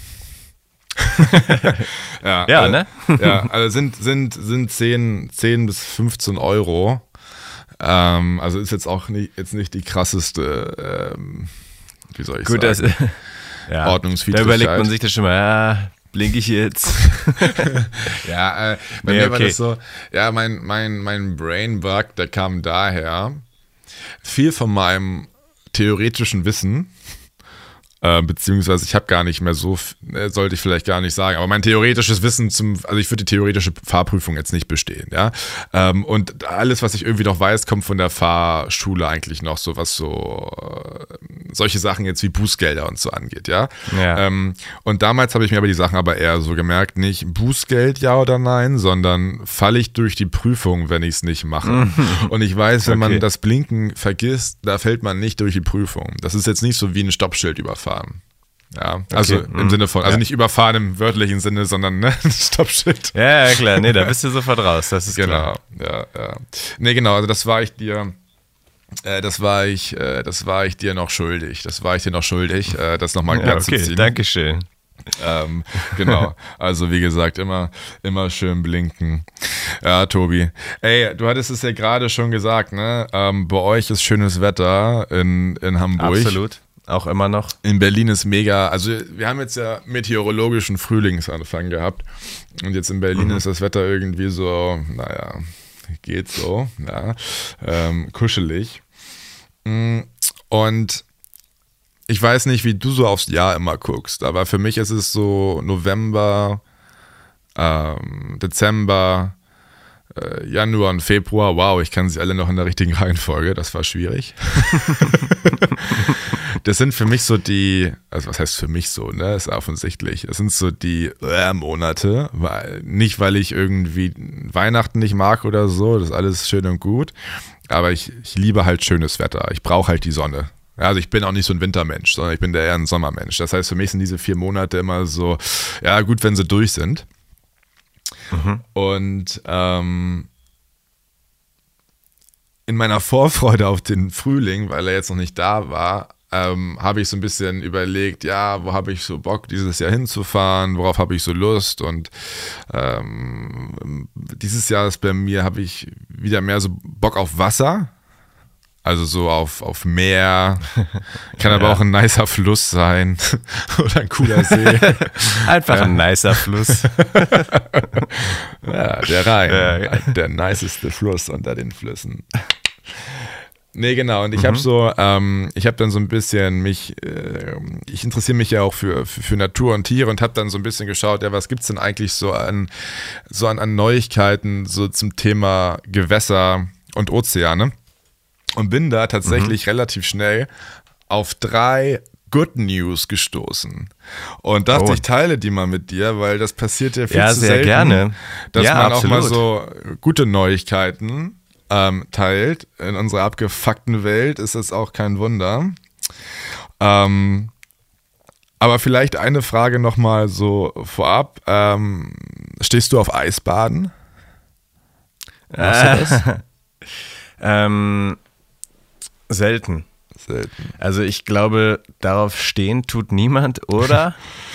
Ja, ne? Ja, also sind 10 bis 15 Euro. Also ist jetzt auch nicht die krasseste, wie soll ich Gut, sagen, Ordnungswidrigkeit. Da überlegt man sich das schon mal, blinke ich jetzt? Ja, bei mir war das so, ja, mein Brainbug, der kam daher, viel von meinem theoretischen Wissen, beziehungsweise ich habe gar nicht mehr so, sollte ich vielleicht gar nicht sagen, aber mein theoretisches Wissen also ich würde die theoretische Fahrprüfung jetzt nicht bestehen, ja. Und alles, was ich irgendwie noch weiß, kommt von der Fahrschule eigentlich noch, so was solche Sachen jetzt wie Bußgelder und so angeht, ja. Und damals habe ich mir aber die Sachen eher so gemerkt, nicht Bußgeld ja oder nein, sondern falle ich durch die Prüfung, wenn ich es nicht mache. Und ich weiß, wenn man das Blinken vergisst, da fällt man nicht durch die Prüfung. Das ist jetzt nicht so wie ein Stoppschild überfahren. Ja, also im Sinne von, also nicht überfahren im wörtlichen Sinne, sondern ne, Stoppschild. Ja, klar, nee, da bist du sofort raus, das ist klar. Ja. Nee, genau, also das war ich dir noch schuldig. Das nochmal glatt zu ziehen. Dankeschön. Genau, also wie gesagt, immer schön blinken. Ja, Tobi. Ey, du hattest es ja gerade schon gesagt, ne? Bei euch ist schönes Wetter in Hamburg. Absolut. Auch immer noch. In Berlin ist mega, also wir haben jetzt ja meteorologischen Frühlingsanfang gehabt und jetzt in Berlin ist das Wetter irgendwie so, naja, geht so, ja, kuschelig. Und ich weiß nicht, wie du so aufs Jahr immer guckst, aber für mich ist es so November, Dezember, Januar und Februar, wow, ich kann sie alle noch in der richtigen Reihenfolge, das war schwierig. Das sind für mich so also was heißt für mich so, ne, ist offensichtlich, das sind so die Monate, nicht weil ich irgendwie Weihnachten nicht mag oder so, das ist alles schön und gut, aber ich liebe halt schönes Wetter, ich brauche halt die Sonne. Also ich bin auch nicht so ein Wintermensch, sondern ich bin eher ein Sommermensch. Das heißt, für mich sind diese 4 Monate immer so, ja gut, wenn sie durch sind. Und in meiner Vorfreude auf den Frühling, weil er jetzt noch nicht da war, habe ich so ein bisschen überlegt, ja, wo habe ich so Bock, dieses Jahr hinzufahren, worauf habe ich so Lust und dieses Jahr ist bei mir, habe ich wieder mehr so Bock auf Wasser, also so auf Meer, kann aber auch ein nicer Fluss sein oder ein cooler See. Einfach ein nicer Fluss. Ja, der Rhein, der niceste Fluss unter den Flüssen. Nee, genau. Und ich habe ich habe dann so ein bisschen ich interessiere mich ja auch für Natur und Tiere und habe dann so ein bisschen geschaut, ja, was gibt's denn eigentlich so an Neuigkeiten so zum Thema Gewässer und Ozeane? Und bin da tatsächlich relativ schnell auf 3 Good News gestoßen. Und dachte, ich teile die mal mit dir, weil das passiert ja viel zu sehr selten, gerne. dass man absolut. auch mal so gute Neuigkeiten teilt. In unserer abgefuckten Welt ist das auch kein Wunder. Aber vielleicht eine Frage nochmal so vorab. Stehst du auf Eisbaden? Machst du das? Selten. Also ich glaube, darauf stehen tut niemand, oder?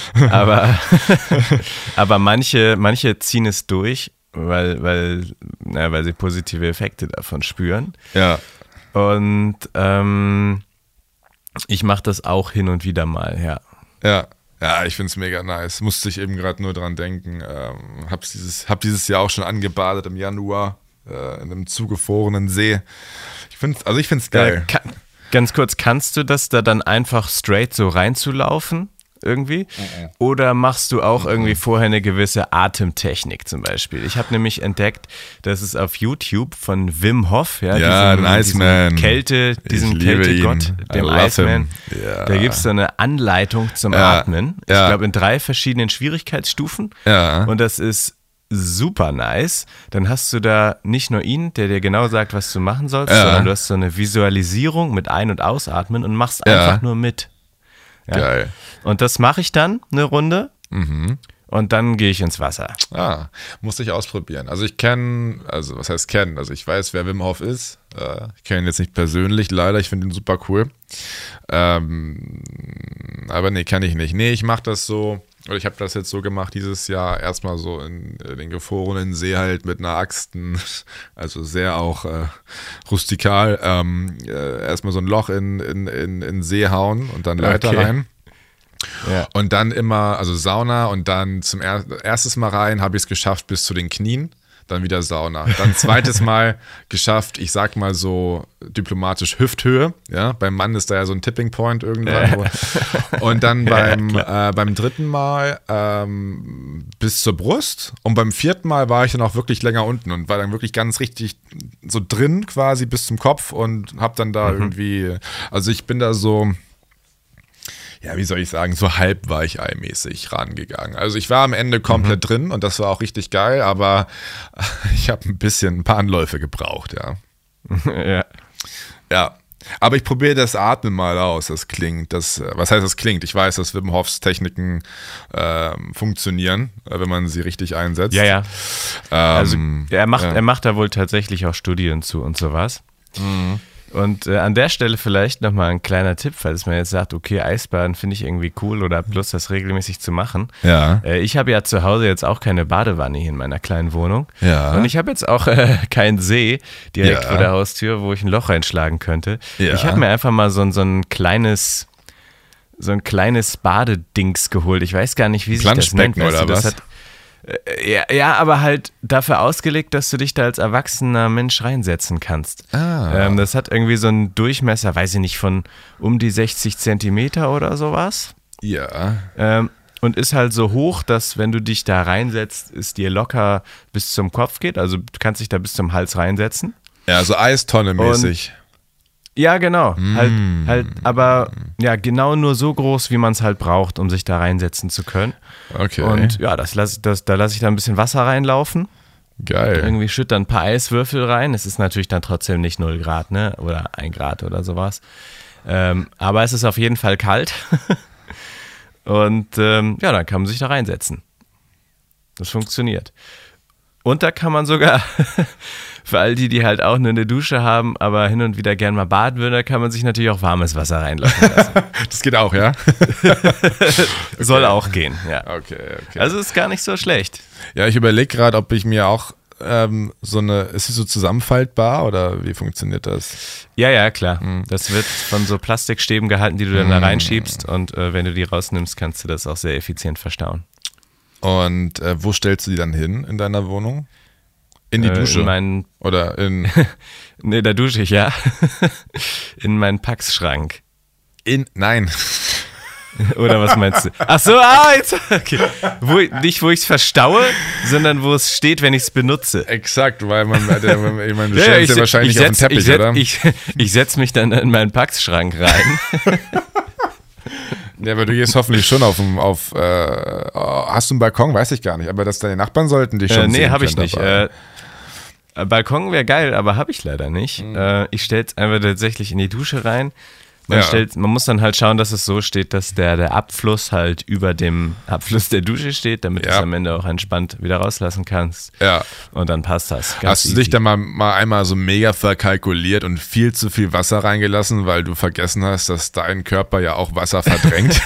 aber manche ziehen es durch, weil sie positive Effekte davon spüren. Ja. Und ich mache das auch hin und wieder mal, ja. Ja, ich finde es mega nice. Musste ich eben gerade nur dran denken. Hab dieses Jahr auch schon angebadet im Januar in einem zugefrorenen See. Ich finde es geil. Ganz kurz, kannst du das da dann einfach straight so reinzulaufen irgendwie? Oder machst du auch irgendwie vorher eine gewisse Atemtechnik zum Beispiel? Ich habe nämlich entdeckt, dass es auf YouTube von Wim Hof, diesen Iceman, diesen Kältegott, dem Iceman, da gibt es so eine Anleitung zum Atmen. Ich glaube in 3 verschiedenen Schwierigkeitsstufen. Und das ist super nice. Dann hast du da nicht nur ihn, der dir genau sagt, was du machen sollst, sondern du hast so eine Visualisierung mit Ein- und Ausatmen und machst einfach nur mit. Ja? Geil. Und das mache ich dann eine Runde. Und und dann gehe ich ins Wasser. Musste ich ausprobieren. Also ich kenne, was heißt kennen? Also ich weiß, wer Wim Hof ist. Ich kenne ihn jetzt nicht persönlich, leider. Ich finde ihn super cool. Aber nee, kann ich nicht. Nee, ich mache das so, oder ich habe das jetzt so gemacht dieses Jahr, erstmal so in den gefrorenen See halt mit einer Axt, also sehr auch rustikal, erstmal so ein Loch in den See hauen und dann Leiter rein. Ja. Und dann immer, also Sauna und dann zum erstes Mal rein habe ich es geschafft bis zu den Knien. Dann wieder Sauna. Dann zweites Mal geschafft, ich sag mal so diplomatisch Hüfthöhe. Ja, beim Mann ist da ja so ein Tipping Point irgendwann. Und dann beim dritten Mal bis zur Brust. Und beim vierten Mal war ich dann auch wirklich länger unten und war dann wirklich ganz richtig so drin quasi bis zum Kopf und hab dann da irgendwie, also ich bin da so, ja, wie soll ich sagen, so halb weicheimäßig rangegangen. Also ich war am Ende komplett drin und das war auch richtig geil, aber ich habe ein paar Anläufe gebraucht, ja. Ja, aber ich probiere das Atmen mal aus, was heißt das klingt? Ich weiß, dass Wim Hofs Techniken funktionieren, wenn man sie richtig einsetzt. Ja. Also er macht da wohl tatsächlich auch Studien zu und sowas. Und an der Stelle vielleicht nochmal ein kleiner Tipp, falls man jetzt sagt, okay, Eisbaden finde ich irgendwie cool oder hab Lust, das regelmäßig zu machen. Ja. Ich habe ja zu Hause jetzt auch keine Badewanne hier in meiner kleinen Wohnung. Ja. Und ich habe jetzt auch keinen See direkt vor der Haustür, wo ich ein Loch reinschlagen könnte. Ja. Ich habe mir einfach mal so ein kleines Badedings geholt. Ich weiß gar nicht, wie sich das nennt. Oder was? Ja, aber halt dafür ausgelegt, dass du dich da als erwachsener Mensch reinsetzen kannst. Das hat irgendwie so einen Durchmesser, weiß ich nicht, von um die 60 Zentimeter oder sowas. Ja. Und ist halt so hoch, dass wenn du dich da reinsetzt, es dir locker bis zum Kopf geht. Also du kannst dich da bis zum Hals reinsetzen. Ja, so Eistonne-mäßig. Ja, genau. Halt, aber ja, genau nur so groß, wie man es halt braucht, um sich da reinsetzen zu können. Okay. Und ja, da lasse ich da ein bisschen Wasser reinlaufen. Geil. Irgendwie schütt dann ein paar Eiswürfel rein. Es ist natürlich dann trotzdem nicht 0 Grad, ne? Oder 1 Grad oder sowas. Aber es ist auf jeden Fall kalt. Und ja, dann kann man sich da reinsetzen. Das funktioniert. Und da kann man sogar, für all die halt auch nur eine Dusche haben, aber hin und wieder gern mal baden würden, da kann man sich natürlich auch warmes Wasser reinlaufen lassen. Das geht auch, ja? Soll auch gehen, ja. Okay. Also ist gar nicht so schlecht. Ja, ich überlege gerade, ob ich mir auch ist sie so zusammenfaltbar oder wie funktioniert das? Ja, klar. Das wird von so Plastikstäben gehalten, die du dann da reinschiebst und wenn du die rausnimmst, kannst du das auch sehr effizient verstauen. Und wo stellst du die dann hin in deiner Wohnung? In die Dusche? Oder in... Nee, da dusche ich, ja. In meinen Packschrank. Nein. Oder was meinst du? Ach so, jetzt. Okay. Nicht, wo ich es verstaue, sondern wo es steht, wenn ich es benutze. Exakt, weil du stellst ja wahrscheinlich auf den Teppich, oder? Ich setze mich dann in meinen Packschrank rein. Ja, aber du gehst hoffentlich schon hast du einen Balkon? Weiß ich gar nicht, aber dass deine Nachbarn sollten dich schon sehen. Nee, habe ich nicht. Balkon wäre geil, aber habe ich leider nicht. Ich stelle es einfach tatsächlich in die Dusche rein. Man muss dann halt schauen, dass es so steht, dass der Abfluss halt über dem Abfluss der Dusche steht, damit du es am Ende auch entspannt wieder rauslassen kannst. Ja. Und dann passt das. Hast du dich dann mal einmal so mega verkalkuliert und viel zu viel Wasser reingelassen, weil du vergessen hast, dass dein Körper ja auch Wasser verdrängt?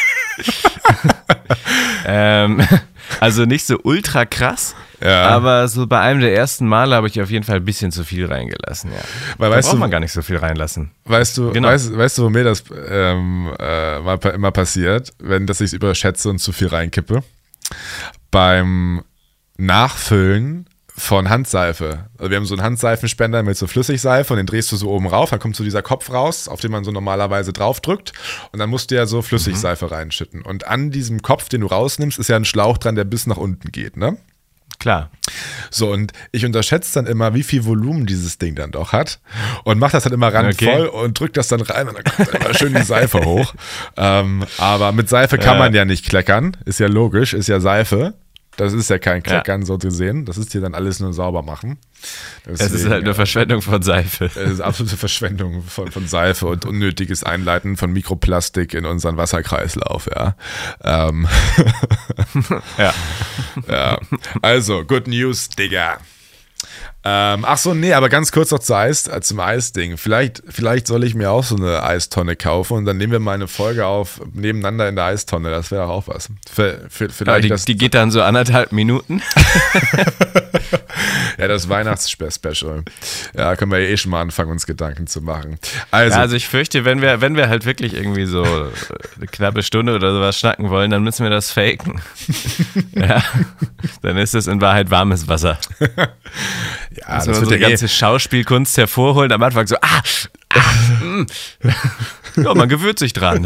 Also nicht so ultra krass, aber so bei einem der ersten Male habe ich auf jeden Fall ein bisschen zu viel reingelassen. Ja. Weil da braucht man gar nicht so viel reinlassen. Weißt du, wo mir das immer passiert, dass ich es überschätze und zu viel reinkippe? Beim Nachfüllen von Handseife. Also wir haben so einen Handseifenspender mit so Flüssigseife und den drehst du so oben rauf, dann kommt so dieser Kopf raus, auf den man so normalerweise drauf drückt und dann musst du ja so Flüssigseife reinschütten. Und an diesem Kopf, den du rausnimmst, ist ja ein Schlauch dran, der bis nach unten geht, ne? Klar. So, und ich unterschätze dann immer, wie viel Volumen dieses Ding dann doch hat und mach das dann immer randvoll und drück das dann rein und dann kommt dann immer schön die Seife hoch. Aber mit Seife kann man ja nicht kleckern, ist ja logisch, ist ja Seife. Das ist ja kein Kleckern so gesehen. Das ist hier dann alles nur sauber machen. Deswegen, es ist halt eine Verschwendung von Seife. Es ist absolute Verschwendung von Seife und unnötiges Einleiten von Mikroplastik in unseren Wasserkreislauf, ja. Ja. Also, good news, Digga. Ach so, nee, aber ganz kurz noch zum Eisding. Vielleicht soll ich mir auch so eine Eistonne kaufen und dann nehmen wir mal eine Folge auf nebeneinander in der Eistonne. Das wäre auch was. Vielleicht die geht dann so 1,5 Minuten. Ja, das Weihnachtsspecial. Ja, können wir ja schon mal anfangen, uns Gedanken zu machen. Also ich fürchte, wenn wir halt wirklich irgendwie so eine knappe Stunde oder sowas schnacken wollen, dann müssen wir das faken. Ja, dann ist es in Wahrheit warmes Wasser. Ja, das wird die ganze Schauspielkunst hervorholen. Am Anfang so, ja, man gewöhnt sich dran.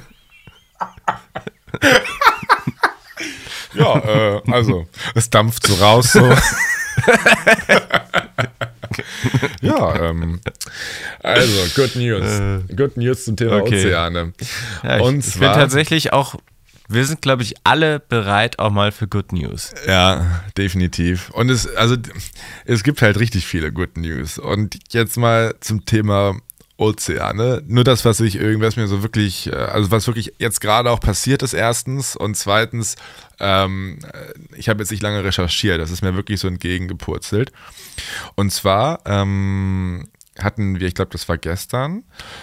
Ja, also, es dampft so raus, so. Ja, also, good news. Good news zum Thema Ozeane. Ja, ich bin tatsächlich auch, wir sind, glaube ich, alle bereit auch mal für Good News. Ja, definitiv. Und es gibt halt richtig viele Good News. Und jetzt mal zum Thema Ozeane. Nur das, was mir so wirklich, also was wirklich jetzt gerade auch passiert ist, erstens. Und zweitens, ich habe jetzt nicht lange recherchiert. Das ist mir wirklich so entgegengepurzelt. Und zwar hatten wir, ich glaube, das war gestern,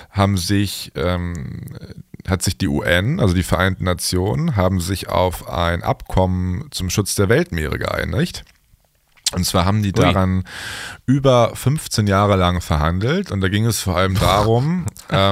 hat sich die UN, also die Vereinten Nationen, haben sich auf ein Abkommen zum Schutz der Weltmeere geeinigt. Und zwar haben die daran über 15 Jahre lang verhandelt und da ging es vor allem darum,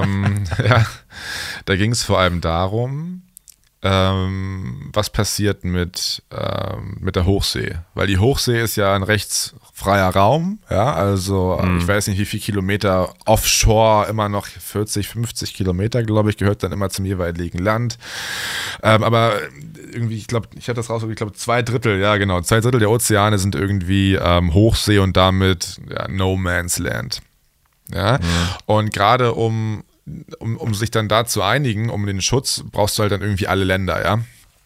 was passiert mit der Hochsee. Weil die Hochsee ist ja ein rechtsfreier Raum, ja, also ich weiß nicht, wie viele Kilometer offshore, immer noch 40, 50 Kilometer, glaube ich, gehört dann immer zum jeweiligen Land. Aber irgendwie, ich glaube, ich hatte das raus, ich glaube 2/3 der Ozeane sind irgendwie Hochsee und damit No Man's Land. Ja, und gerade um sich dann da zu einigen, um den Schutz, brauchst du halt dann irgendwie alle Länder, ja.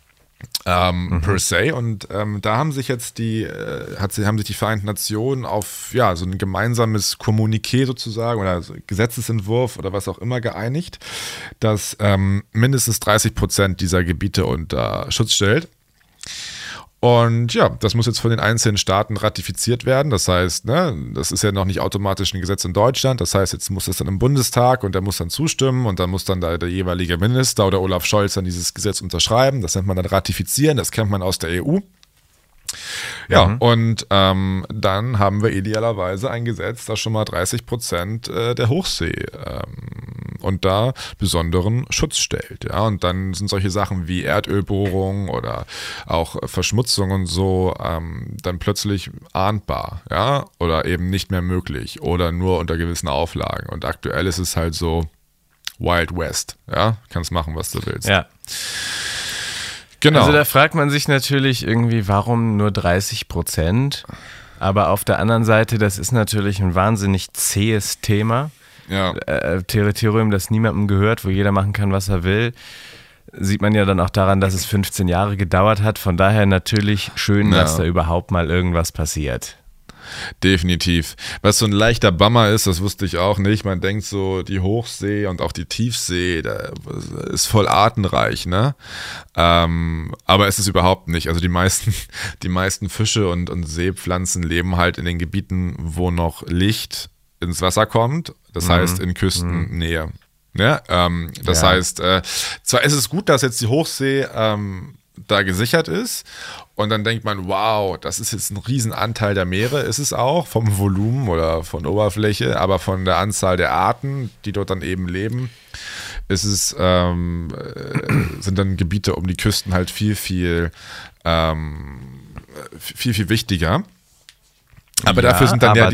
Per se. Und da haben sich jetzt die Vereinten Nationen auf so ein gemeinsames Kommuniqué sozusagen oder Gesetzesentwurf oder was auch immer geeinigt, das mindestens 30% dieser Gebiete unter Schutz stellt. Und ja, das muss jetzt von den einzelnen Staaten ratifiziert werden. Das heißt, das ist ja noch nicht automatisch ein Gesetz in Deutschland. Das heißt, jetzt muss das dann im Bundestag und der muss dann zustimmen und dann muss dann da der jeweilige Minister oder Olaf Scholz dann dieses Gesetz unterschreiben. Das nennt man dann ratifizieren. Das kennt man aus der EU. Ja, und dann haben wir idealerweise ein Gesetz, das schon mal 30% der Hochsee unter besonderen Schutz stellt. Ja, und dann sind solche Sachen wie Erdölbohrung oder auch Verschmutzung und so dann plötzlich ahndbar, ja, oder eben nicht mehr möglich oder nur unter gewissen Auflagen. Und aktuell ist es halt so Wild West, ja, kannst machen, was du willst. Ja. Genau. Also da fragt man sich natürlich irgendwie, warum nur 30%? Aber auf der anderen Seite, das ist natürlich ein wahnsinnig zähes Thema. Ja. Territorium, das niemandem gehört, wo jeder machen kann, was er will. Sieht man ja dann auch daran, dass es 15 Jahre gedauert hat. Von daher natürlich schön, dass da überhaupt mal irgendwas passiert. Definitiv. Was so ein leichter Bummer ist, das wusste ich auch nicht. Man denkt so, die Hochsee und auch die Tiefsee, da ist voll artenreich, ne? Aber es ist überhaupt nicht. Also die meisten Fische und Seepflanzen leben halt in den Gebieten, wo noch Licht ins Wasser kommt. Das heißt in Küstennähe. Ja? Das heißt, zwar ist es gut, dass jetzt die Hochsee da gesichert ist und dann denkt man, wow, das ist jetzt ein Riesenanteil der Meere, ist es auch, vom Volumen oder von Oberfläche, aber von der Anzahl der Arten, die dort dann eben leben, ist es, sind dann Gebiete um die Küsten halt viel wichtiger. Aber dafür sind dann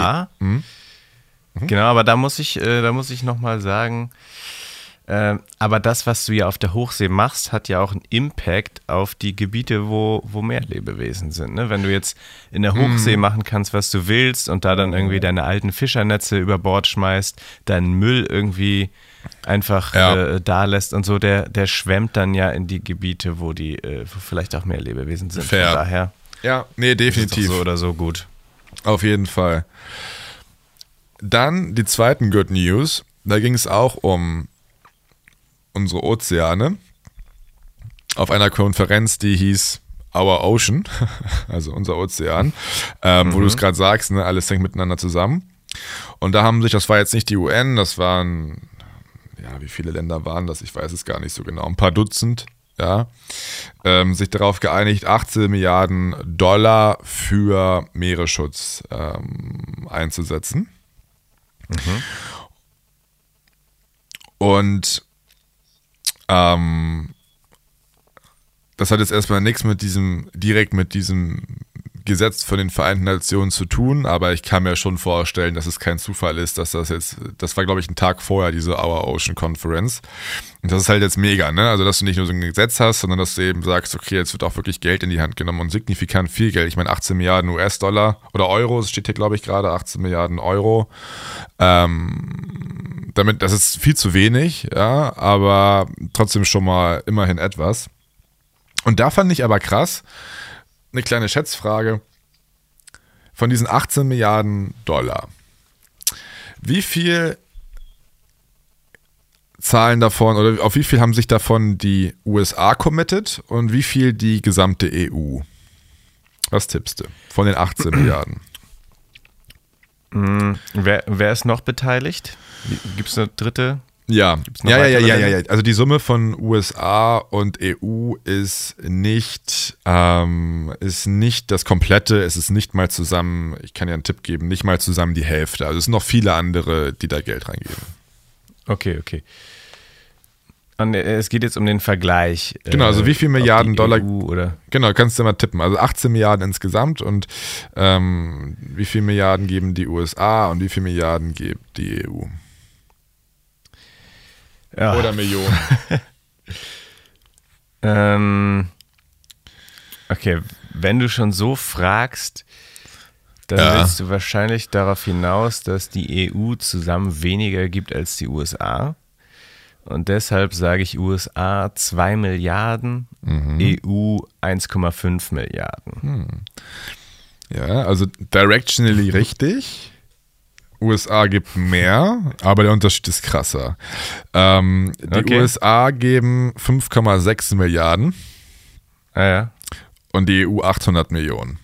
Genau, aber da muss ich nochmal sagen, aber das, was du ja auf der Hochsee machst, hat ja auch einen Impact auf die Gebiete, wo mehr Lebewesen sind. Ne? Wenn du jetzt in der Hochsee machen kannst, was du willst und da dann irgendwie deine alten Fischernetze über Bord schmeißt, deinen Müll irgendwie einfach da lässt und so, der schwemmt dann ja in die Gebiete, wo vielleicht auch mehr Lebewesen sind. Fair. Von daher. Ja, nee, definitiv. Ist so oder so gut. Auf jeden Fall. Dann die zweiten Good News. Da ging es auch um unsere Ozeane. Auf einer Konferenz, die hieß Our Ocean, also unser Ozean, wo du es gerade sagst, ne, alles hängt miteinander zusammen. Und da haben sich, das war jetzt nicht die UN, das waren, ja, wie viele Länder waren das? Ich weiß es gar nicht so genau, ein paar Dutzend, ja, sich darauf geeinigt, 18 Milliarden Dollar für Meeresschutz einzusetzen. Und das hat jetzt erstmal nichts direkt mit diesem Gesetz von den Vereinten Nationen zu tun, aber ich kann mir schon vorstellen, dass es kein Zufall ist, dass das war glaube ich ein Tag vorher, diese Our Ocean Conference. Und das ist halt jetzt mega, ne? Also, dass du nicht nur so ein Gesetz hast, sondern dass du eben sagst, okay, jetzt wird auch wirklich Geld in die Hand genommen und signifikant viel Geld. Ich meine, 18 Milliarden US-Dollar oder Euro, es steht hier glaube ich gerade 18 Milliarden Euro. Das ist viel zu wenig, ja, aber trotzdem schon mal immerhin etwas. Und da fand ich aber krass, eine kleine Schätzfrage, von diesen 18 Milliarden Dollar, wie viel zahlen davon oder auf wie viel haben sich davon die USA committed und wie viel die gesamte EU? Was tippst du von den 18 Milliarden? Wer ist noch beteiligt? Gibt es eine dritte? Ja. Also die Summe von USA und EU ist nicht das Komplette, es ist nicht mal zusammen, ich kann ja einen Tipp geben, nicht mal zusammen die Hälfte. Also es sind noch viele andere, die da Geld reingeben. Okay. Und es geht jetzt um den Vergleich. Genau, also wie viel Milliarden Dollar? EU oder? Genau, kannst du mal tippen. Also 18 Milliarden insgesamt und wie viel Milliarden geben die USA und wie viel Milliarden gibt die EU? Ja. Oder Millionen. Okay, wenn du schon so fragst, dann willst du wahrscheinlich darauf hinaus, dass die EU zusammen weniger gibt als die USA. Und deshalb sage ich USA 2 Milliarden, EU 1,5 Milliarden. Ja, also directionally richtig. USA gibt mehr, aber der Unterschied ist krasser. Die USA geben 5,6 Milliarden und die EU 800 Millionen.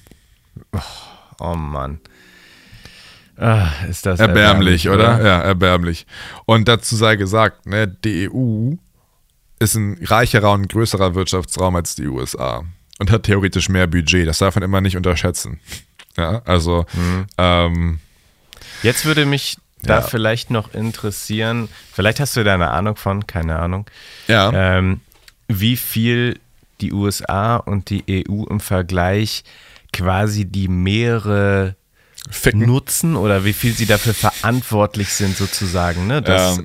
Oh Mann. Ist das erbärmlich, oder? Ja, erbärmlich. Und dazu sei gesagt, ne, die EU ist ein reicherer und größerer Wirtschaftsraum als die USA und hat theoretisch mehr Budget. Das darf man immer nicht unterschätzen. Ja, also jetzt würde mich da vielleicht noch interessieren, vielleicht hast du da eine Ahnung von, keine Ahnung, wie viel die USA und die EU im Vergleich quasi die Meere nutzen oder wie viel sie dafür verantwortlich sind sozusagen, ne? Dass,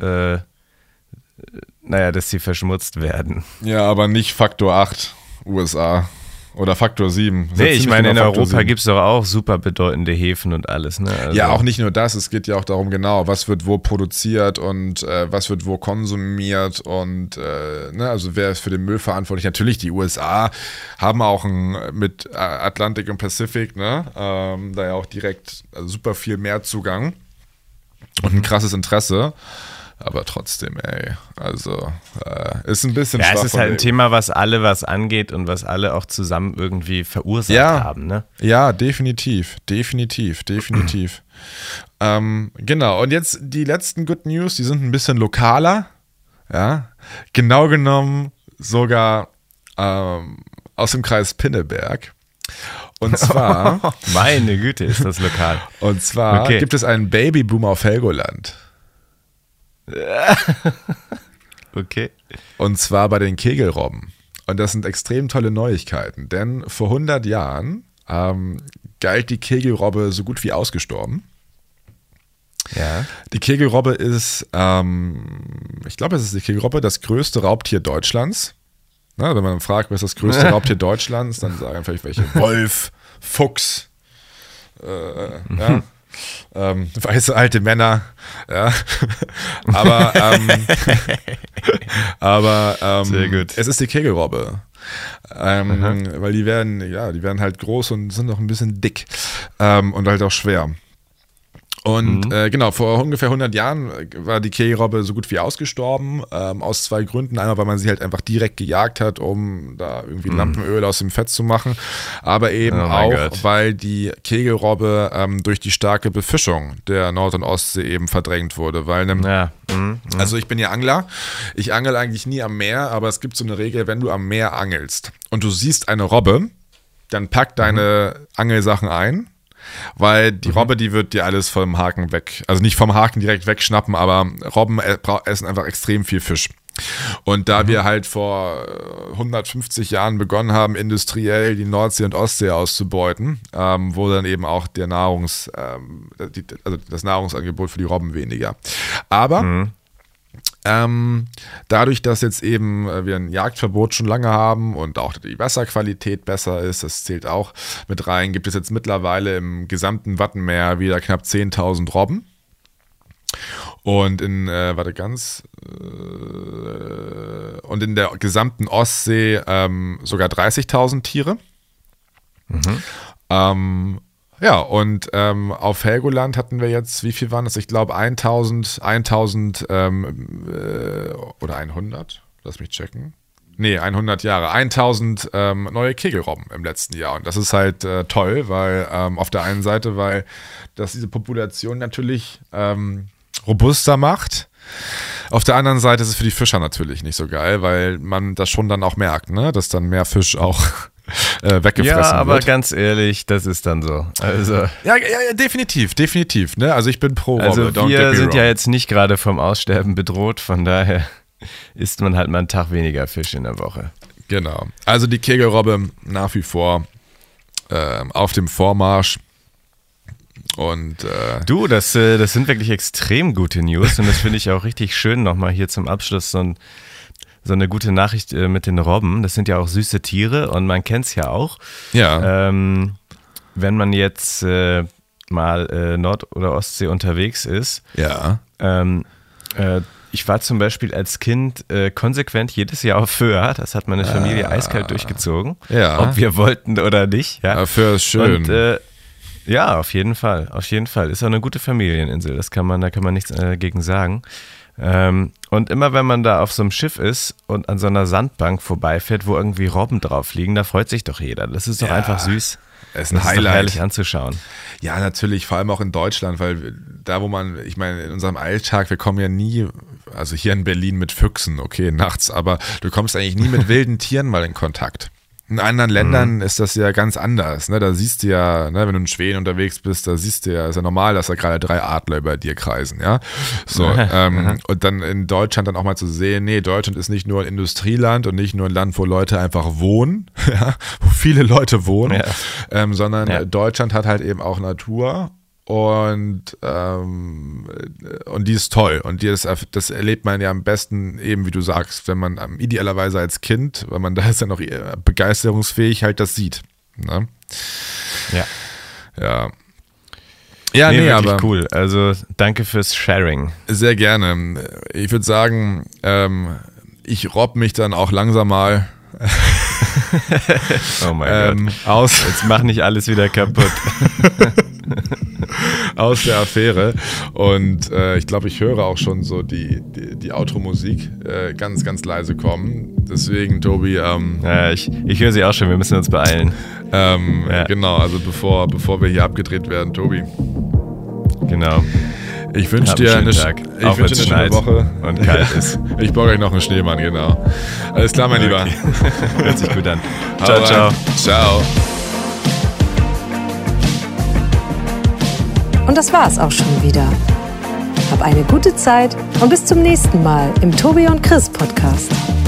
dass sie verschmutzt werden. Ja, aber nicht Faktor 8 USA. Oder Faktor 7. Nee, ich meine, in Europa gibt es doch auch super bedeutende Häfen und alles. Ne? Also ja, auch nicht nur das. Es geht ja auch darum, genau, was wird wo produziert und was wird wo konsumiert und also wer ist für den Müll verantwortlich? Natürlich, die USA haben auch mit Atlantik und Pazifik, ne, da ja auch direkt super viel mehr Zugang und ein krasses Interesse. Aber trotzdem, also ist ein bisschen schwach. Ja, es ist halt ein Thema, was alle was angeht und was alle auch zusammen irgendwie verursacht haben, ne? Ja, definitiv. Genau, und jetzt die letzten Good News, die sind ein bisschen lokaler, ja, genau genommen sogar aus dem Kreis Pinneberg. Und zwar... Meine Güte, ist das lokal. Und zwar gibt es einen Babyboom auf Helgoland. Okay. Und zwar bei den Kegelrobben. Und das sind extrem tolle Neuigkeiten, denn vor 100 Jahren galt die Kegelrobbe so gut wie ausgestorben. Ja. Die Kegelrobbe ist, ich glaube, es ist die Kegelrobbe, das größte Raubtier Deutschlands. Na, wenn man fragt, was ist das größte Raubtier Deutschlands, dann sagen vielleicht welche Wolf, Fuchs, weiße alte Männer, ja. aber sehr gut. Es ist die Kegelrobbe. Weil die werden halt groß und sind noch ein bisschen dick und halt auch schwer. Und genau, vor ungefähr 100 Jahren war die Kegelrobbe so gut wie ausgestorben, aus 2 Gründen. Einmal, weil man sie halt einfach direkt gejagt hat, um da irgendwie Lampenöl aus dem Fett zu machen, aber eben weil die Kegelrobbe durch die starke Befischung der Nord- und Ostsee eben verdrängt wurde. Weil also ich bin ja Angler, ich angel eigentlich nie am Meer, aber es gibt so eine Regel, wenn du am Meer angelst und du siehst eine Robbe, dann pack deine Angelsachen ein. Weil die Robbe, die wird dir alles vom Haken weg, also nicht vom Haken direkt wegschnappen, aber Robben essen einfach extrem viel Fisch. Und da wir halt vor 150 Jahren begonnen haben, industriell die Nordsee und Ostsee auszubeuten, wurde dann eben auch das Nahrungsangebot für die Robben weniger. Aber dadurch, dass jetzt eben wir ein Jagdverbot schon lange haben und auch die Wasserqualität besser ist, das zählt auch mit rein, gibt es jetzt mittlerweile im gesamten Wattenmeer wieder knapp 10.000 Robben. Und in der gesamten Ostsee sogar 30.000 Tiere. Ja, und auf Helgoland hatten wir jetzt, wie viel waren das? Ich glaube 1000 oder 100, lass mich checken. Nee, 100 Jahre, 1000 neue Kegelrobben im letzten Jahr. Und das ist halt toll, weil auf der einen Seite, weil das diese Population natürlich robuster macht. Auf der anderen Seite ist es für die Fischer natürlich nicht so geil, weil man das schon dann auch merkt, ne? Dass dann mehr Fisch auch weggefressen wird. Ja, aber ganz ehrlich, das ist dann so. Also, ja, definitiv. Ne? Also ich bin pro Robbe. Also wir sind ja jetzt nicht gerade vom Aussterben bedroht, von daher isst man halt mal einen Tag weniger Fisch in der Woche. Genau. Also die Kegelrobbe nach wie vor auf dem Vormarsch. Und du, das sind wirklich extrem gute News und das finde ich auch richtig schön, nochmal hier zum Abschluss so eine gute Nachricht mit den Robben. Das sind ja auch süße Tiere und man kennt es ja auch. Ja. Wenn man jetzt mal Nord- oder Ostsee unterwegs ist. Ja. Ich war zum Beispiel als Kind konsequent jedes Jahr auf Föhr. Das hat meine Familie eiskalt durchgezogen. Ja. Ob wir wollten oder nicht. Ja. Föhr ist schön. Und, ja, auf jeden Fall. Ist auch eine gute Familieninsel. Da kann man nichts dagegen sagen. Und immer wenn man da auf so einem Schiff ist und an so einer Sandbank vorbeifährt, wo irgendwie Robben drauf liegen, da freut sich doch jeder. Das ist doch einfach süß. Es ist ein Highlight. Ist herrlich anzuschauen. Ja, natürlich, vor allem auch in Deutschland, weil da, ich meine, in unserem Alltag, wir kommen ja nie, also hier in Berlin mit Füchsen, okay, nachts, aber du kommst eigentlich nie mit wilden Tieren mal in Kontakt. In anderen Ländern ist das ja ganz anders. Ne? Da siehst du ja, ne, wenn du in Schweden unterwegs bist, da siehst du ja, ist ja normal, dass da gerade 3 Adler über dir kreisen. Ja? So, und dann in Deutschland dann auch mal zu sehen, nee, Deutschland ist nicht nur ein Industrieland und nicht nur ein Land, wo Leute einfach wohnen, ja? Wo viele Leute wohnen, sondern Deutschland hat halt eben auch Natur. Und die ist toll. Und das erlebt man ja am besten eben, wie du sagst, wenn man idealerweise als Kind, weil man da ist ja noch begeisterungsfähig, halt das sieht. Ne? Ja. Ja. Ja, nee, wirklich aber cool. Also danke fürs Sharing. Sehr gerne. Ich würde sagen, ich robb mich dann auch langsam mal oh mein Gott. Aus. Jetzt mach nicht alles wieder kaputt. Aus der Affäre. Und ich glaube, ich höre auch schon so die Outro-Musik ganz, ganz leise kommen. Deswegen, Tobi. Ja, ich höre sie auch schon, wir müssen uns beeilen. Genau, also bevor wir hier abgedreht werden, Tobi. Genau. Ich wünsche dir eine schöne Woche und kalt ist. Ich baue gleich noch einen Schneemann, genau. Alles klar, mein Lieber. Hört sich gut an. Ciao, ciao. Ciao. Und das war's auch schon wieder. Hab eine gute Zeit und bis zum nächsten Mal im Tobi und Chris Podcast.